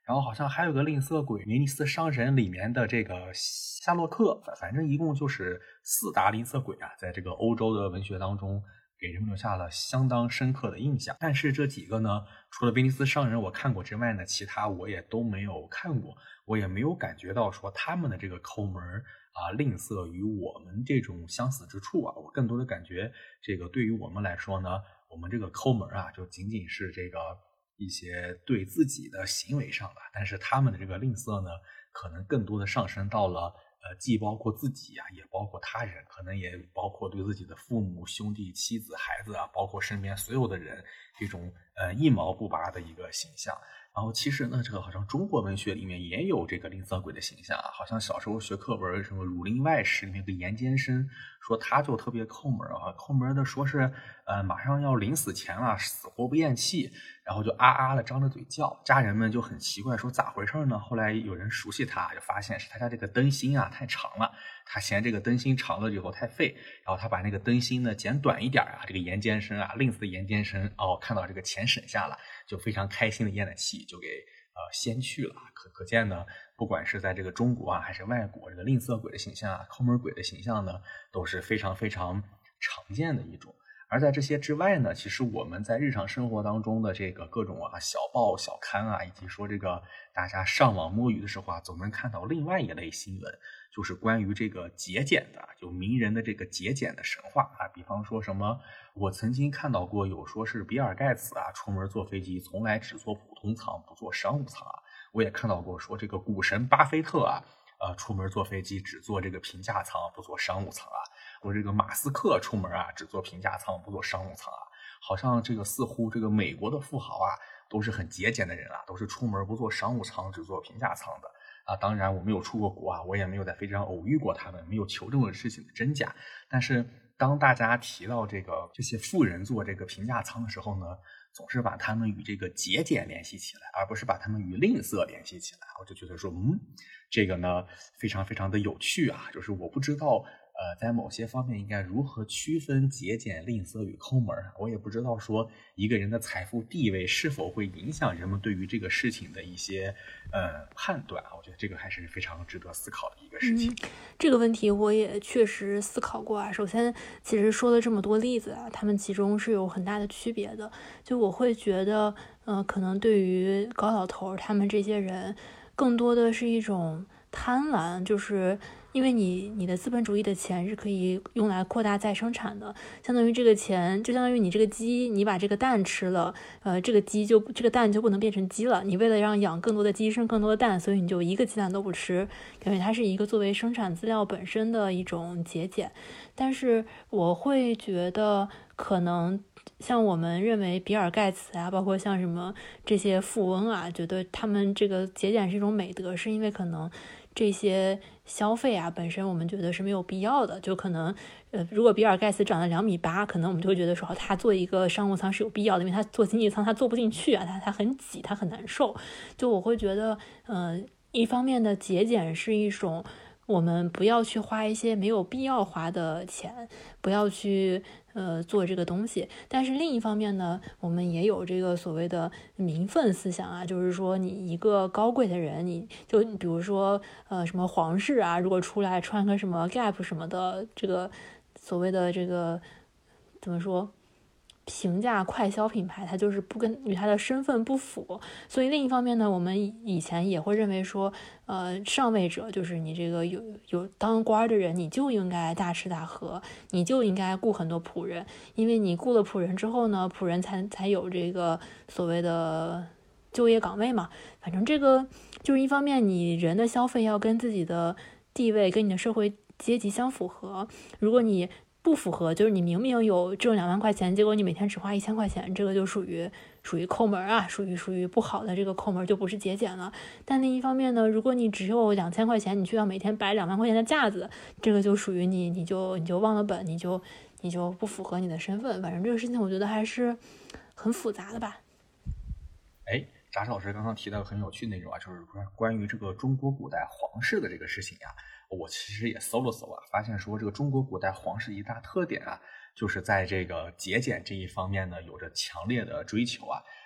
然后好像还有个吝啬鬼威尼斯商人里面的这个夏洛克，反正一共就是4大吝啬鬼啊，在这个欧洲的文学当中给人们留下了相当深刻的印象。但是这几个呢，除了威尼斯商人我看过之外呢，其他我也都没有看过，我也没有感觉到说他们的这个抠门吝啬于我们这种相似之处啊。我更多的感觉，这个对于我们来说呢，我们这个抠门就仅仅是这个一些对自己的行为上的，但是他们的这个吝啬呢，可能更多的上升到了既包括自己也包括他人，可能也包括对自己的父母、兄弟、妻子、孩子包括身边所有的人，这种一毛不拔的一个形象。然后其实呢，这个好像中国文学里面也有这个吝啬鬼的形象好像小时候学课文，什么《儒林外史》里面有个严监生，说他就特别抠门抠门的说是马上要临死前了，死活不咽气，然后就的张着嘴叫，家人们就很奇怪，说咋回事呢？后来有人熟悉他，就发现是他家这个灯芯太长了，他嫌这个灯芯长了以后太费，然后他把那个灯芯呢剪短一点这个严监生吝啬的严监生看到这个钱省下了，就非常开心的咽了气，就给先去了。可见呢，不管是在这个中国还是外国，这个吝啬鬼的形象抠门鬼的形象呢，都是非常非常常见的一种。而在这些之外呢，其实我们在日常生活当中的这个各种小报小刊以及说这个大家上网摸鱼的时候总能看到另外一类新闻，就是关于这个节俭的，就名人的这个节俭的神话比方说什么，我曾经看到过有说是比尔盖茨出门坐飞机从来只坐普通舱不坐商务舱我也看到过说这个股神巴菲特出门坐飞机只坐这个平价舱不坐商务舱我这个马斯克出门只坐平价舱不坐商务舱好像这个似乎这个美国的富豪都是很节俭的人都是出门不坐商务舱只坐平价舱的当然我没有出过国我也没有在飞机上偶遇过他们，没有求证过事情的真假。但是当大家提到这些富人坐这个平价舱的时候呢，总是把他们与这个节俭联系起来，而不是把他们与吝啬联系起来。我就觉得说这个呢非常非常的有趣就是我不知道在某些方面应该如何区分节俭、吝啬与抠门我也不知道说一个人的财富地位是否会影响人们对于这个事情的一些判断我觉得这个还是非常值得思考的一个事情。 这个问题我也确实思考过首先其实说了这么多例子他们其中是有很大的区别的，就我会觉得可能对于高老头他们这些人更多的是一种贪婪，就是因为你的资本主义的钱是可以用来扩大再生产的，相当于这个钱就相当于你这个鸡，你把这个蛋吃了，这个蛋就不能变成鸡了。你为了让养更多的鸡生更多的蛋，所以你就一个鸡蛋都不吃，感觉它是一个作为生产资料本身的一种节俭。但是我会觉得可能像我们认为比尔盖茨包括像什么这些富翁觉得他们这个节俭是一种美德，是因为可能这些消费本身我们觉得是没有必要的，就可能如果比尔盖茨长了2.8米，可能我们就会觉得说他坐一个商务舱是有必要的，因为他坐经济舱他坐不进去他很挤，他很难受。就我会觉得一方面的节俭是一种我们不要去花一些没有必要花的钱，不要去做这个东西。但是另一方面呢，我们也有这个所谓的民愤思想就是说你一个高贵的人，你就比如说什么皇室如果出来穿个什么 Gap 什么的，这个所谓的这个怎么说平价快消品牌，它就是与它的身份不符。所以另一方面呢，我们以前也会认为说上位者就是你这个有当官的人，你就应该大吃大喝，你就应该雇很多仆人，因为你雇了仆人之后呢，仆人才有这个所谓的就业岗位嘛。反正这个就是一方面你人的消费要跟自己的地位跟你的社会阶级相符合，如果你不符合，就是你明明有挣2万块钱，结果你每天只花1000块钱，这个就属于抠门属于不好的这个抠门，就不是节俭了。但另一方面呢，如果你只有2000块钱，你却要每天摆2万块钱的架子，这个就属于你就忘了本，你就不符合你的身份。反正这个事情我觉得还是很复杂的吧。 扎老师刚刚提到很有趣的内容就是关于这个中国古代皇室的这个事情我其实也搜了搜发现说这个中国古代皇室一大特点就是在这个节俭这一方面呢有着强烈的追求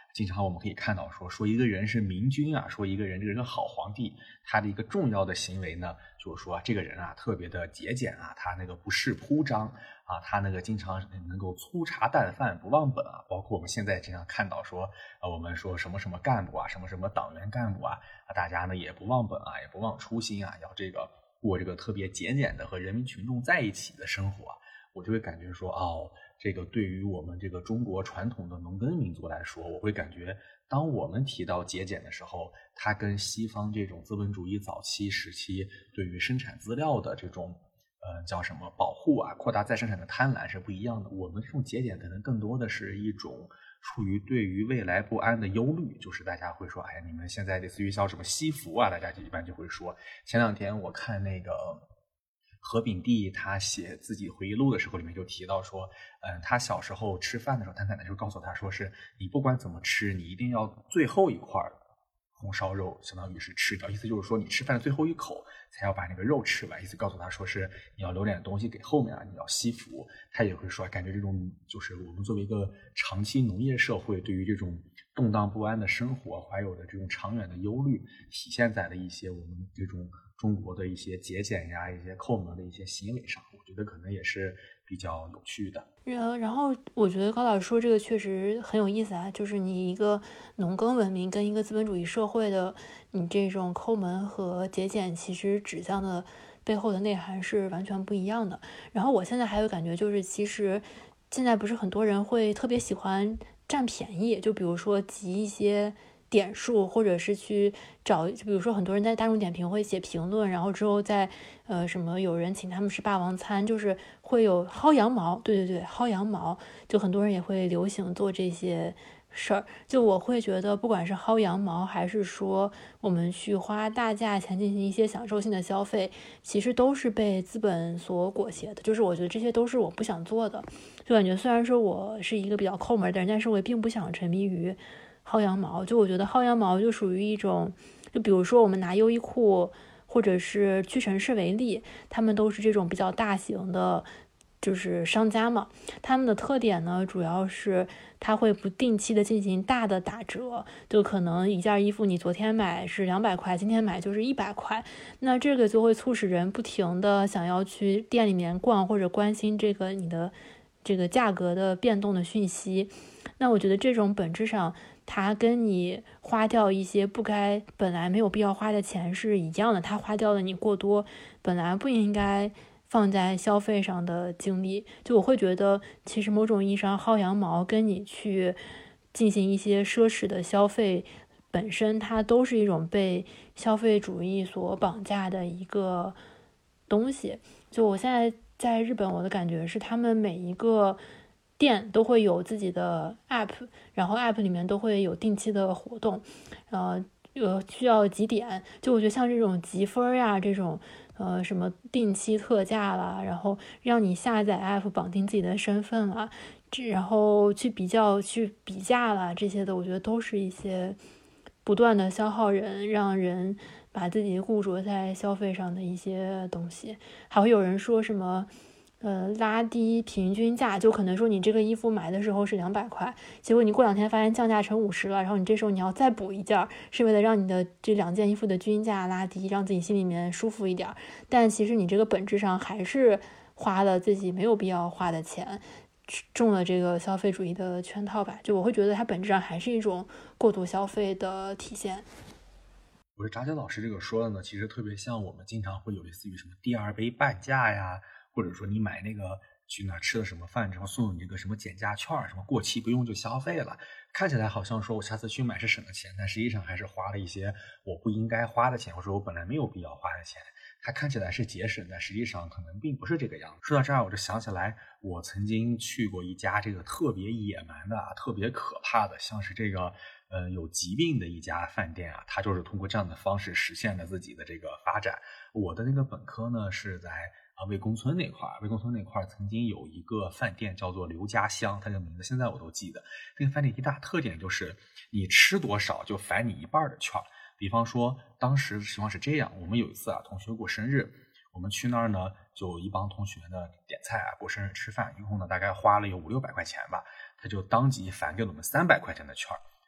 经常我们可以看到说一个人是明君啊，说一个人这个人好皇帝，他的一个重要的行为呢，就是说这个人啊特别的节俭啊，他那个不事铺张啊，他那个经常能够粗茶淡饭不忘本啊。包括我们现在经常看到说我们说什么什么干部啊，什么什么党员干部啊，大家呢也不忘本啊，也不忘初心啊，要这个过这个特别节俭的和人民群众在一起的生活啊。我就会感觉说这个对于我们这个中国传统的农耕民族来说，我会感觉当我们提到节俭的时候，它跟西方这种资本主义早期时期对于生产资料的这种叫什么保护啊，扩大再生产的贪婪是不一样的。我们这种节俭可能更多的是一种出于对于未来不安的忧虑，就是大家会说哎，你们现在类似于像什么西服啊，大家一般就会说。前两天我看那个何炳棣他写自己回忆录的时候，里面就提到说他小时候吃饭的时候，他奶奶就告诉他说是你不管怎么吃，你一定要最后一块红烧肉相当于是吃掉，意思就是说你吃饭的最后一口才要把那个肉吃完，意思告诉他说是你要留点东西给后面啊，你要惜福。他也会说感觉这种就是我们作为一个长期农业社会，对于这种动荡不安的生活怀有的这种长远的忧虑，体现在了一些我们这种中国的一些节俭呀，一些抠门的一些行为上，我觉得可能也是比较有趣的。 然后我觉得高老师说这个确实很有意思啊，就是你一个农耕文明跟一个资本主义社会的你这种抠门和节俭，其实指向的背后的内涵是完全不一样的。然后我现在还有感觉就是，其实现在不是很多人会特别喜欢占便宜，就比如说集一些点数，或者是去找，就比如说很多人在大众点评会写评论，然后之后在什么有人请他们吃霸王餐，就是会有薅羊毛，对，薅羊毛，就很多人也会流行做这些事儿。就我会觉得，不管是薅羊毛，还是说我们去花大价钱进行一些享受性的消费，其实都是被资本所裹挟的。就是我觉得这些都是我不想做的，就感觉虽然说我是一个比较抠门的人，但是我也并不想沉迷于薅羊毛。就我觉得薅羊毛就属于一种，就比如说我们拿优衣库或者是屈臣氏为例，他们都是这种比较大型的就是商家嘛，他们的特点呢，主要是他会不定期的进行大的打折，就可能一件衣服你昨天买是200块，今天买就是100块，那这个就会促使人不停的想要去店里面逛，或者关心这个你的这个价格的变动的讯息。那我觉得这种本质上它跟你花掉一些本来没有必要花的钱是一样的，它花掉了你过多本来不应该放在消费上的精力。就我会觉得其实某种意义上薅羊毛跟你去进行一些奢侈的消费本身，它都是一种被消费主义所绑架的一个东西。就我现在在日本，我的感觉是他们每一个店都会有自己的 app， 然后 app 里面都会有定期的活动，需要几点，就我觉得像这种积分呀，这种什么定期特价啦，然后让你下载 app 绑定自己的身份啦，然后去比价啦，这些的我觉得都是一些不断的消耗人，让人把自己固着在消费上的一些东西。还会有人说什么拉低平均价，就可能说你这个衣服买的时候是200块，结果你过2天发现降价成50了，然后你这时候你要再补一件，是为了让你的这2件衣服的均价拉低，让自己心里面舒服一点。但其实你这个本质上还是花了自己没有必要花的钱，中了这个消费主义的圈套吧。就我会觉得它本质上还是一种过度消费的体现。 我说扎姐老师这个说的呢，其实特别像我们经常会有类似于什么第2杯半价呀，或者说你买那个去哪吃了什么饭之后送你这个什么减价券，什么过期不用就消费了，看起来好像说我下次去买是省了钱，但实际上还是花了一些我不应该花的钱，或者我本来没有必要花的钱。它看起来是节省，但实际上可能并不是这个样子。说到这儿，我就想起来我曾经去过一家这个特别野蛮的特别可怕的，像是这个有疾病的一家饭店啊，它就是通过这样的方式实现了自己的这个发展。我的那个本科呢是在魏公村那块，魏公村那块曾经有一个饭店叫做刘家香，它这个名字现在我都记得。这个饭店一大特点就是你吃多少就返你一半的券。比方说当时的情况是这样，我们有一次同学过生日，我们去那儿呢，就一帮同学呢点菜过生日吃饭，一共呢大概花了有500-600块钱吧，他就当即返给了我们300块钱的券，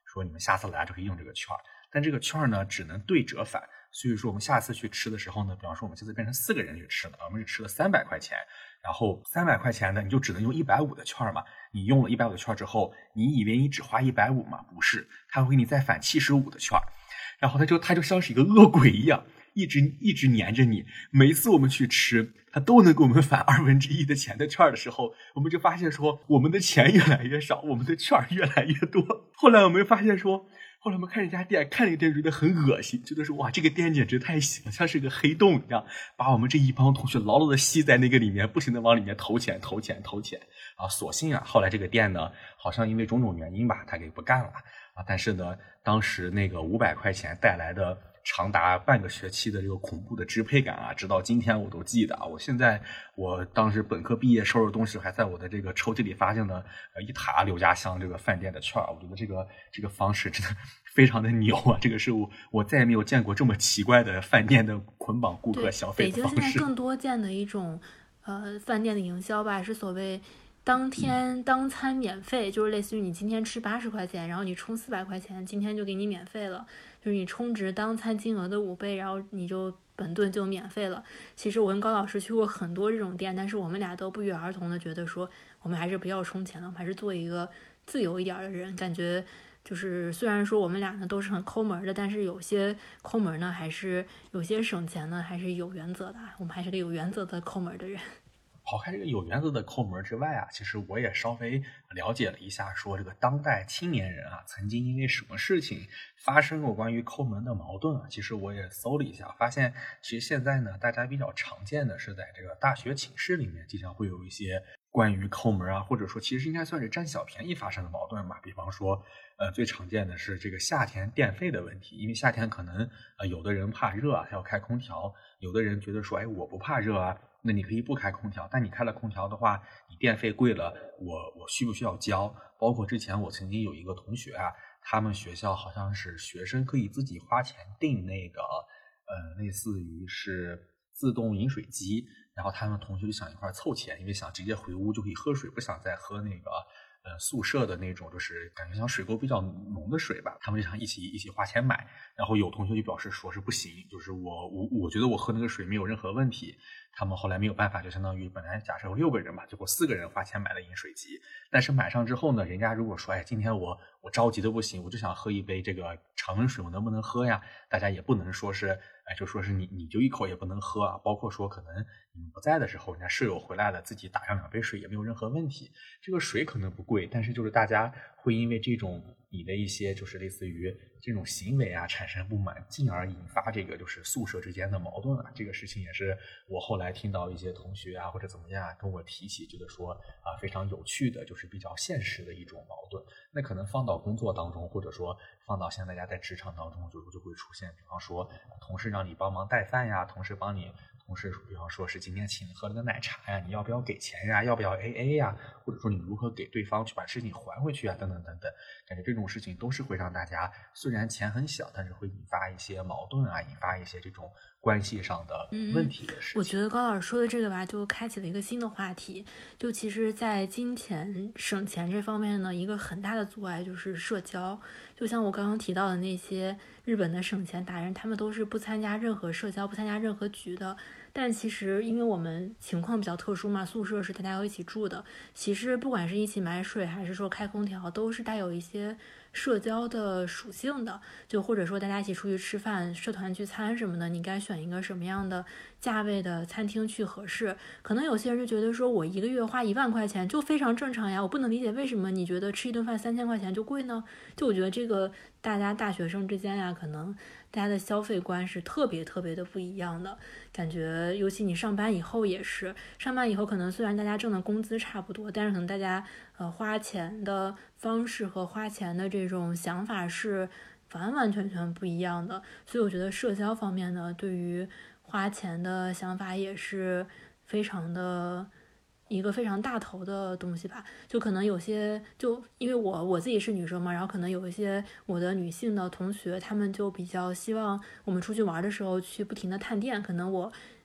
说你们下次来就可以用这个券，但这个券呢只能对折返，所以说我们下次去吃的时候呢，比方说我们这次变成4个人去吃了，我们是吃了300块钱，然后300块钱呢你就只能用150的券嘛，你用了150的券之后，你以为你只花150嘛？不是，他会给你再返75的券，然后他就像是一个恶鬼一样，一直黏着你。每一次我们去吃，他都能给我们返1/2的钱的券的时候，我们就发现说我们的钱越来越少，我们的券越来越多。后来我们发现说，后来我们看这家店，看这个店觉得很恶心，觉得说哇，这个店简直太细了，像是个黑洞一样，把我们这一帮同学牢牢的吸在那个里面，不停的往里面投钱啊。所幸啊，后来这个店呢，好像因为种种原因吧，他给不干了啊。但是呢，当时那个500块钱带来的长达半个学期的这个恐怖的支配感啊，直到今天我都记得啊。我当时本科毕业收拾东西，还在我的这个抽屉里发现了一沓刘家乡这个饭店的券。我觉得这个方式真的非常的牛啊！这个是我再也没有见过这么奇怪的饭店的捆绑顾客消费的方式。 北京现在更多见的一种饭店的营销吧，是所谓当天当餐免费，就是类似于你今天吃80块钱，然后你充400块钱，今天就给你免费了，就是你充值当餐金额的5倍，然后你就本顿就免费了。其实我跟高老师去过很多这种店，但是我们俩都不约而同的觉得说，我们还是不要充钱了，我们还是做一个自由一点的人。感觉就是虽然说我们俩呢都是很抠门的，但是有些抠门呢还是有些省钱呢还是有原则的，我们还是个有原则的抠门的人。 抛开这个有原则的抠门之外啊，其实我也稍微了解了一下，说这个当代青年人啊，曾经因为什么事情发生过关于抠门的矛盾啊。其实我也搜了一下，发现其实现在呢，大家比较常见的是在这个大学寝室里面，经常会有一些关于抠门啊，或者说其实应该算是占小便宜发生的矛盾吧。比方说，最常见的是这个夏天电费的问题，因为夏天可能有的人怕热啊，他要开空调；有的人觉得说，哎，我不怕热啊。那你可以不开空调，但你开了空调的话，你电费贵了，我需不需要交？包括之前我曾经有一个同学啊，他们学校好像是学生可以自己花钱订那个类似于是自动饮水机，然后他们同学就想一块凑钱，因为想直接回屋就可以喝水，不想再喝那个宿舍的那种就是感觉像水沟比较浓的水吧，他们就想一起花钱买。然后有同学就表示说是不行，就是我觉得我喝那个水没有任何问题。他们后来没有办法，就相当于本来假设有6个人吧，结果4个人花钱买了饮水机。但是买上之后呢，人家如果说，哎，今天我着急的不行，我就想喝一杯这个常温水，我能不能喝呀？大家也不能说是，哎，就说是你就一口也不能喝啊。包括说可能你们不在的时候，人家舍友回来了，自己打上2杯水也没有任何问题。这个水可能不贵，但是就是大家会因为这种你的一些就是类似于这种行为啊产生不满，进而引发这个就是宿舍之间的矛盾啊。这个事情也是我后来听到一些同学啊或者怎么样跟我提起，觉得说啊非常有趣的，就是比较现实的一种矛盾。那可能放到工作当中，或者说放到现在大家在职场当中，就会出现，比方说同事让你帮忙带饭呀，同事比方说是今天请你喝了个奶茶呀，你要不要给钱呀？要不要 AA 呀？或者说你如何给对方去把事情还回去啊？等等等等，感觉这种事情都是会让大家虽然钱很小，但是会引发一些矛盾啊，引发一些这种关系上的问题的事情。 我觉得高老师说的这个吧，就开启了一个新的话题。就其实在金钱省钱这方面呢，一个很大的阻碍就是社交。就像我刚刚提到的那些日本的省钱达人，他们都是不参加任何社交，不参加任何局的。但其实因为我们情况比较特殊嘛，宿舍是大家要一起住的，其实不管是一起买水还是说开空调，都是带有一些社交的属性的。就或者说大家一起出去吃饭，社团聚餐什么的，你该选一个什么样的价位的餐厅去合适？可能有些人就觉得说，我一个月花1万块钱就非常正常呀，我不能理解为什么你觉得吃一顿饭3000块钱就贵呢？就我觉得这个大家大学生之间呀，可能大家的消费观是特别的不一样的。感觉尤其你上班以后也是，上班以后可能虽然大家挣的工资差不多，但是可能大家花钱的方式和花钱的这种想法是完完全全不一样的。所以我觉得社交方面呢，对于花钱的想法也是非常的一个非常大头的东西吧。就可能有些，就因为我自己是女生嘛，然后可能有一些我的女性的同学，她们就比较希望我们出去玩的时候去不停的探店。可能我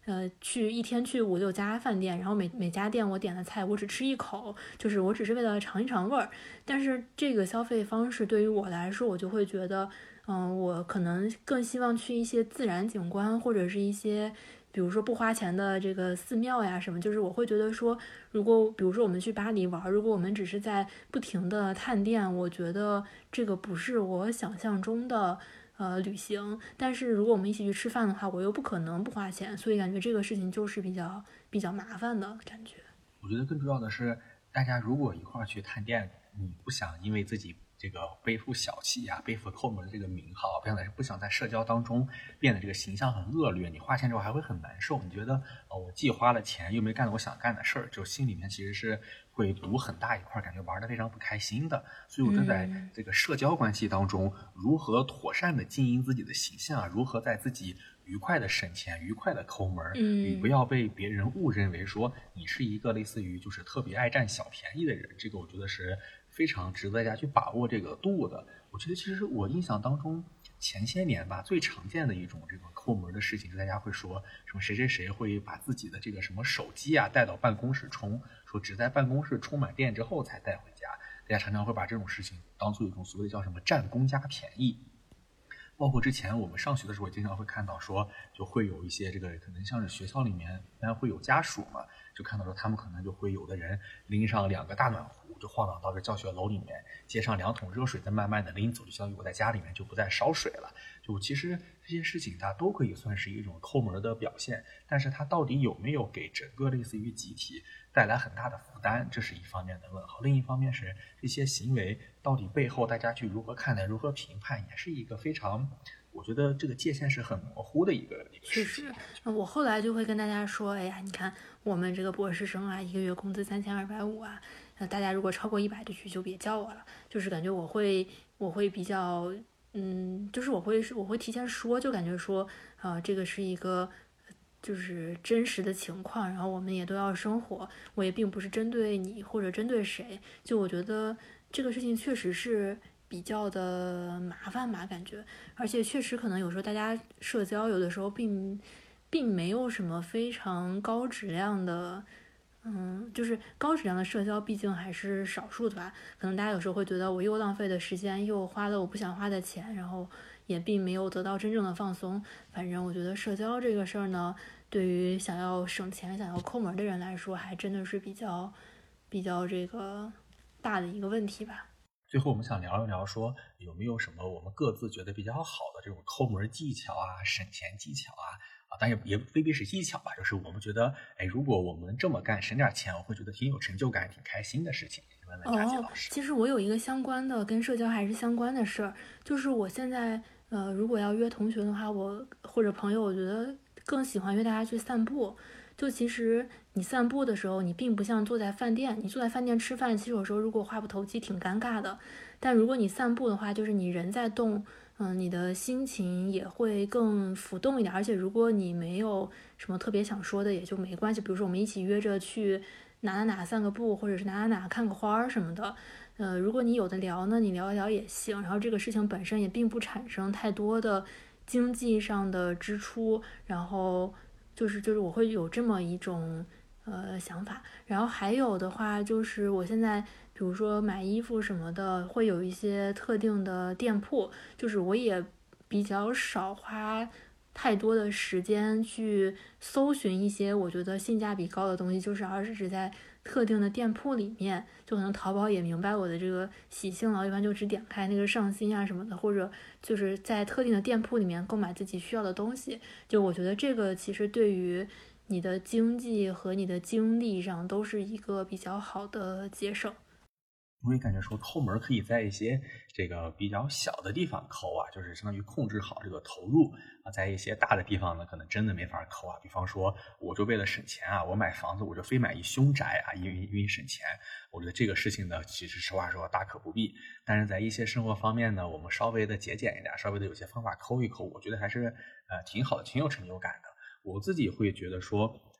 一天去5-6家饭店，然后每家店我点的菜我只吃一口，就是我只是为了尝一尝味儿。但是这个消费方式对于我来说，我就会觉得，我可能更希望去一些自然景观，或者是一些比如说不花钱的这个寺庙呀什么，就是我会觉得说，如果比如说我们去巴黎玩，如果我们只是在不停的探店，我觉得这个不是我想象中的旅行。但是如果我们一起去吃饭的话，我又不可能不花钱，所以感觉这个事情就是比较麻烦的感觉。 我觉得更重要的是，大家如果一块儿去探店，你不想因为自己这个背负小气啊，背负抠门的这个名号，不想在社交当中变得这个形象很恶劣，你花钱之后还会很难受。你觉得我既花了钱又没干我想干的事儿，就心里面其实是会堵很大一块，感觉玩得非常不开心的。所以我觉得在这个社交关系当中，如何妥善的经营自己的形象，如何在自己愉快的省钱，愉快的抠门，你不要被别人误认为说你是一个类似于就是特别爱占小便宜的人，这个我觉得是非常值得大家去把握这个度的。我觉得其实我印象当中前些年吧，最常见的一种这个抠门的事情，是大家会说什么谁谁谁会把自己的这个什么手机啊带到办公室充，说只在办公室充满电之后才带回家。大家常常会把这种事情当做一种所谓的叫什么占公家便宜。包括之前我们上学的时候，也经常会看到说，就会有一些这个可能像是学校里面一般会有家属嘛，就看到说他们可能就会有的人拎上2个大暖壶，就晃荡到这教学楼里面，接上2桶热水，再慢慢的拎走，就相当于我在家里面就不再烧水了。就其实这些事情它都可以算是一种抠门的表现，但是它到底有没有给整个类似于集体带来很大的负担，这是一方面的问号。另一方面是这些行为到底背后大家去如何看待、如何评判，也是一个非常，我觉得这个界限是很模糊的一个事情。 我后来就会跟大家说，哎呀，你看我们这个博士生啊，一个月工资3250啊，大家如果超过100就别叫我了，就是感觉我会比较。就是我会提前说，就感觉说，这个是一个就是真实的情况，然后我们也都要生活，我也并不是针对你或者针对谁，就我觉得这个事情确实是比较的麻烦吧，感觉，而且确实可能有时候大家社交有的时候并没有什么非常高质量的。就是高质量的社交毕竟还是少数的吧，可能大家有时候会觉得我又浪费的时间，又花了我不想花的钱，然后也并没有得到真正的放松。反正我觉得社交这个事儿呢，对于想要省钱、想要抠门的人来说，还真的是比较这个大的一个问题吧。 最后我们想聊一聊说，有没有什么我们各自觉得比较好的这种抠门技巧啊、省钱技巧啊，但也未必是技巧吧，就是我们觉得，如果我们这么干省点钱，我会觉得挺有成就感、挺开心的事情。问问佳琪老师。 其实我有一个相关的跟社交还是相关的事儿，就是我现在如果要约同学的话，或者朋友，我觉得更喜欢约大家去散步。就其实你散步的时候，你并不像坐在饭店，你坐在饭店吃饭，其实有时候如果话不投机挺尴尬的。但如果你散步的话，就是你人在动，你的心情也会更浮动一点。而且如果你没有什么特别想说的，也就没关系。比如说我们一起约着去哪散个步，或者是哪看个花什么的。如果你有的聊呢，你聊一聊也行。然后这个事情本身也并不产生太多的经济上的支出，然后就是我会有这么一种想法。然后还有的话就是我现在比如说买衣服什么的，会有一些特定的店铺，就是我也比较少花太多的时间去搜寻一些我觉得性价比高的东西，就是而是只在特定的店铺里面，就可能淘宝也明白我的这个习性了，一般就只点开那个上新啊什么的，或者就是在特定的店铺里面购买自己需要的东西。就我觉得这个其实对于你的经济和你的精力上都是一个比较好的节省。 我也感觉说抠门可以在一些这个比较小的地方抠啊，就是相当于控制好这个投入啊，在一些大的地方呢，可能真的没法抠啊。比方说，我就为了省钱啊，我买房子我就非买一凶宅啊，因为省钱。我觉得这个事情呢，其实实话说大可不必。但是在一些生活方面呢，我们稍微的节俭一点，稍微的有些方法抠一抠，我觉得还是挺好的，挺有成就感的。我自己会觉得说，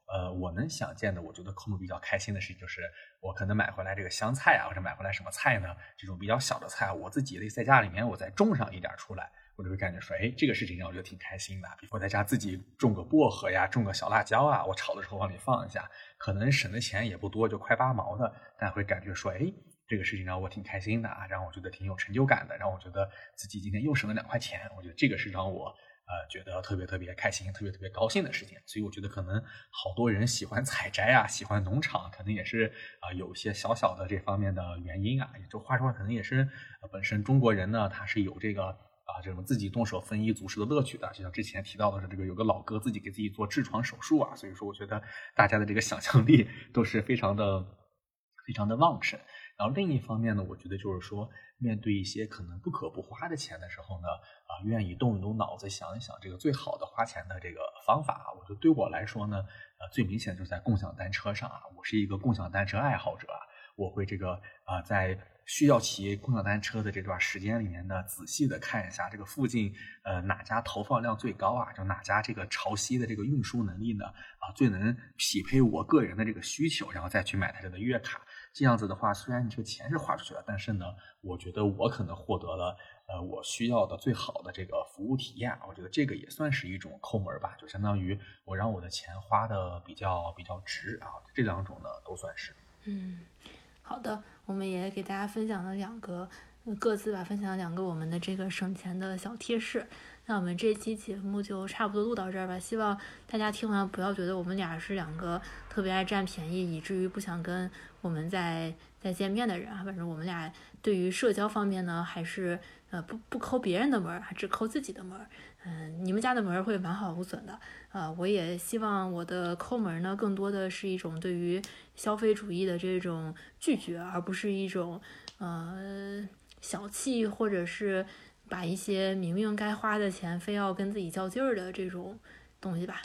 我能想见的，我觉得抠门比较开心的事情就是，我可能买回来这个香菜啊，或者买回来什么菜呢，这种比较小的菜，我自己在家里面我再种上一点出来，我就会感觉说，哎，这个事情让我觉得挺开心的。比如我在家自己种个薄荷呀，种个小辣椒啊，我炒的时候往里放一下，可能省的钱也不多，就块8毛的，但会感觉说，哎，这个事情让我挺开心的啊，让我觉得挺有成就感的，让我觉得自己今天又省了2块钱，我觉得这个是让我觉得特别特别开心、特别特别高兴的事情。所以我觉得可能好多人喜欢采摘啊，喜欢农场，可能也是有一些小小的这方面的原因啊。也就话说，可能也是本身中国人呢，他是有这个这种自己动手丰衣足食的乐趣的。就像之前提到的是，这个有个老哥自己给自己做痔疮手术啊，所以说我觉得大家的这个想象力都是非常的旺盛。然后另一方面呢，我觉得就是说，面对一些可能不可不花的钱的时候呢，愿意动一动脑子想一想这个最好的花钱的这个方法啊。我觉得对我来说呢，最明显就是在共享单车上啊，我是一个共享单车爱好者啊，我会这个在需要骑共享单车的这段时间里面呢，仔细的看一下这个附近哪家投放量最高啊，就哪家这个潮汐的这个运输能力呢最能匹配我个人的这个需求，然后再去买它这个月卡。这样子的话，虽然你这个钱是花出去了，但是呢，我觉得我可能获得了我需要的最好的这个服务体验。我觉得这个也算是一种抠门吧，就相当于我让我的钱花的比较值啊。这2种呢都算是。 好的，我们也给大家分享了2个，各自分享了2个我们的这个省钱的小贴士。那我们这期节目就差不多录到这儿吧。希望大家听完不要觉得我们俩是2个特别爱占便宜，以至于不想跟我们再见面的人啊。反正我们俩对于社交方面呢，还是不抠别人的门，还只抠自己的门。你们家的门会完好无损的。我也希望我的抠门呢，更多的是一种对于消费主义的这种拒绝，而不是一种小气，或者是把一些明明该花的钱非要跟自己较劲儿的这种东西吧。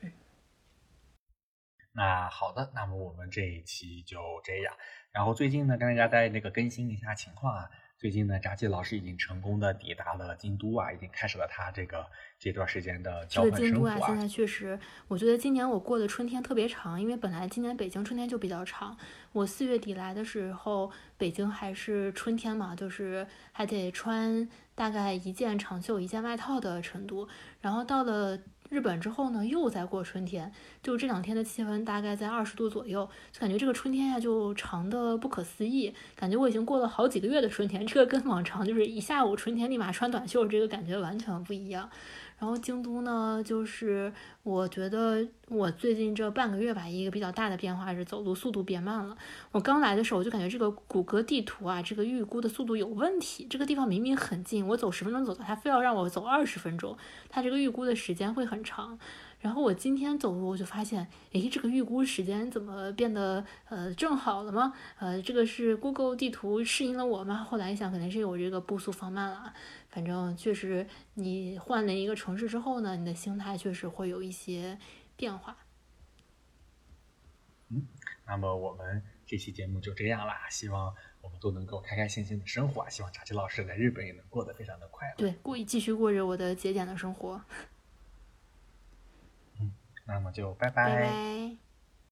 那好的，那么我们这一期就这样。然后最近呢，跟大家再更新一下情况啊。最近呢，扎基老师已经成功的抵达了京都啊，已经开始了他这段时间的交换生活啊。 这个京都啊，现在确实，我觉得今年我过的春天特别长，因为本来今年北京春天就比较长。我4月底来的时候，北京还是春天嘛，就是还得穿大概1件长袖1件外套的程度。然后到了日本之后呢，又在过春天，就这2天的气温大概在20度左右，就感觉这个春天呀就长的不可思议，感觉我已经过了好几个月的春天，这个跟往常就是一下午春天立马穿短袖，这个感觉完全不一样。然后京都呢，就是我觉得我最近这半个月吧，一个比较大的变化是走路速度变慢了。我刚来的时候，我就感觉这个谷歌地图啊，这个预估的速度有问题。这个地方明明很近，我走10分钟走到，它非要让我走20分钟，它这个预估的时间会很长。然后我今天走路，我就发现，诶，这个预估时间怎么变得正好了吗？这个是 Google 地图适应了我吗？后来一想，可能是我这个步速放慢了。反正确实，你换了一个城市之后呢，你的心态确实会有一些变化。 那么我们这期节目就这样啦，希望我们都能够开开心心的生活啊！希望扎基老师在日本也能过得非常的快乐。 对，继续过着我的节俭的生活。 那么就拜拜拜。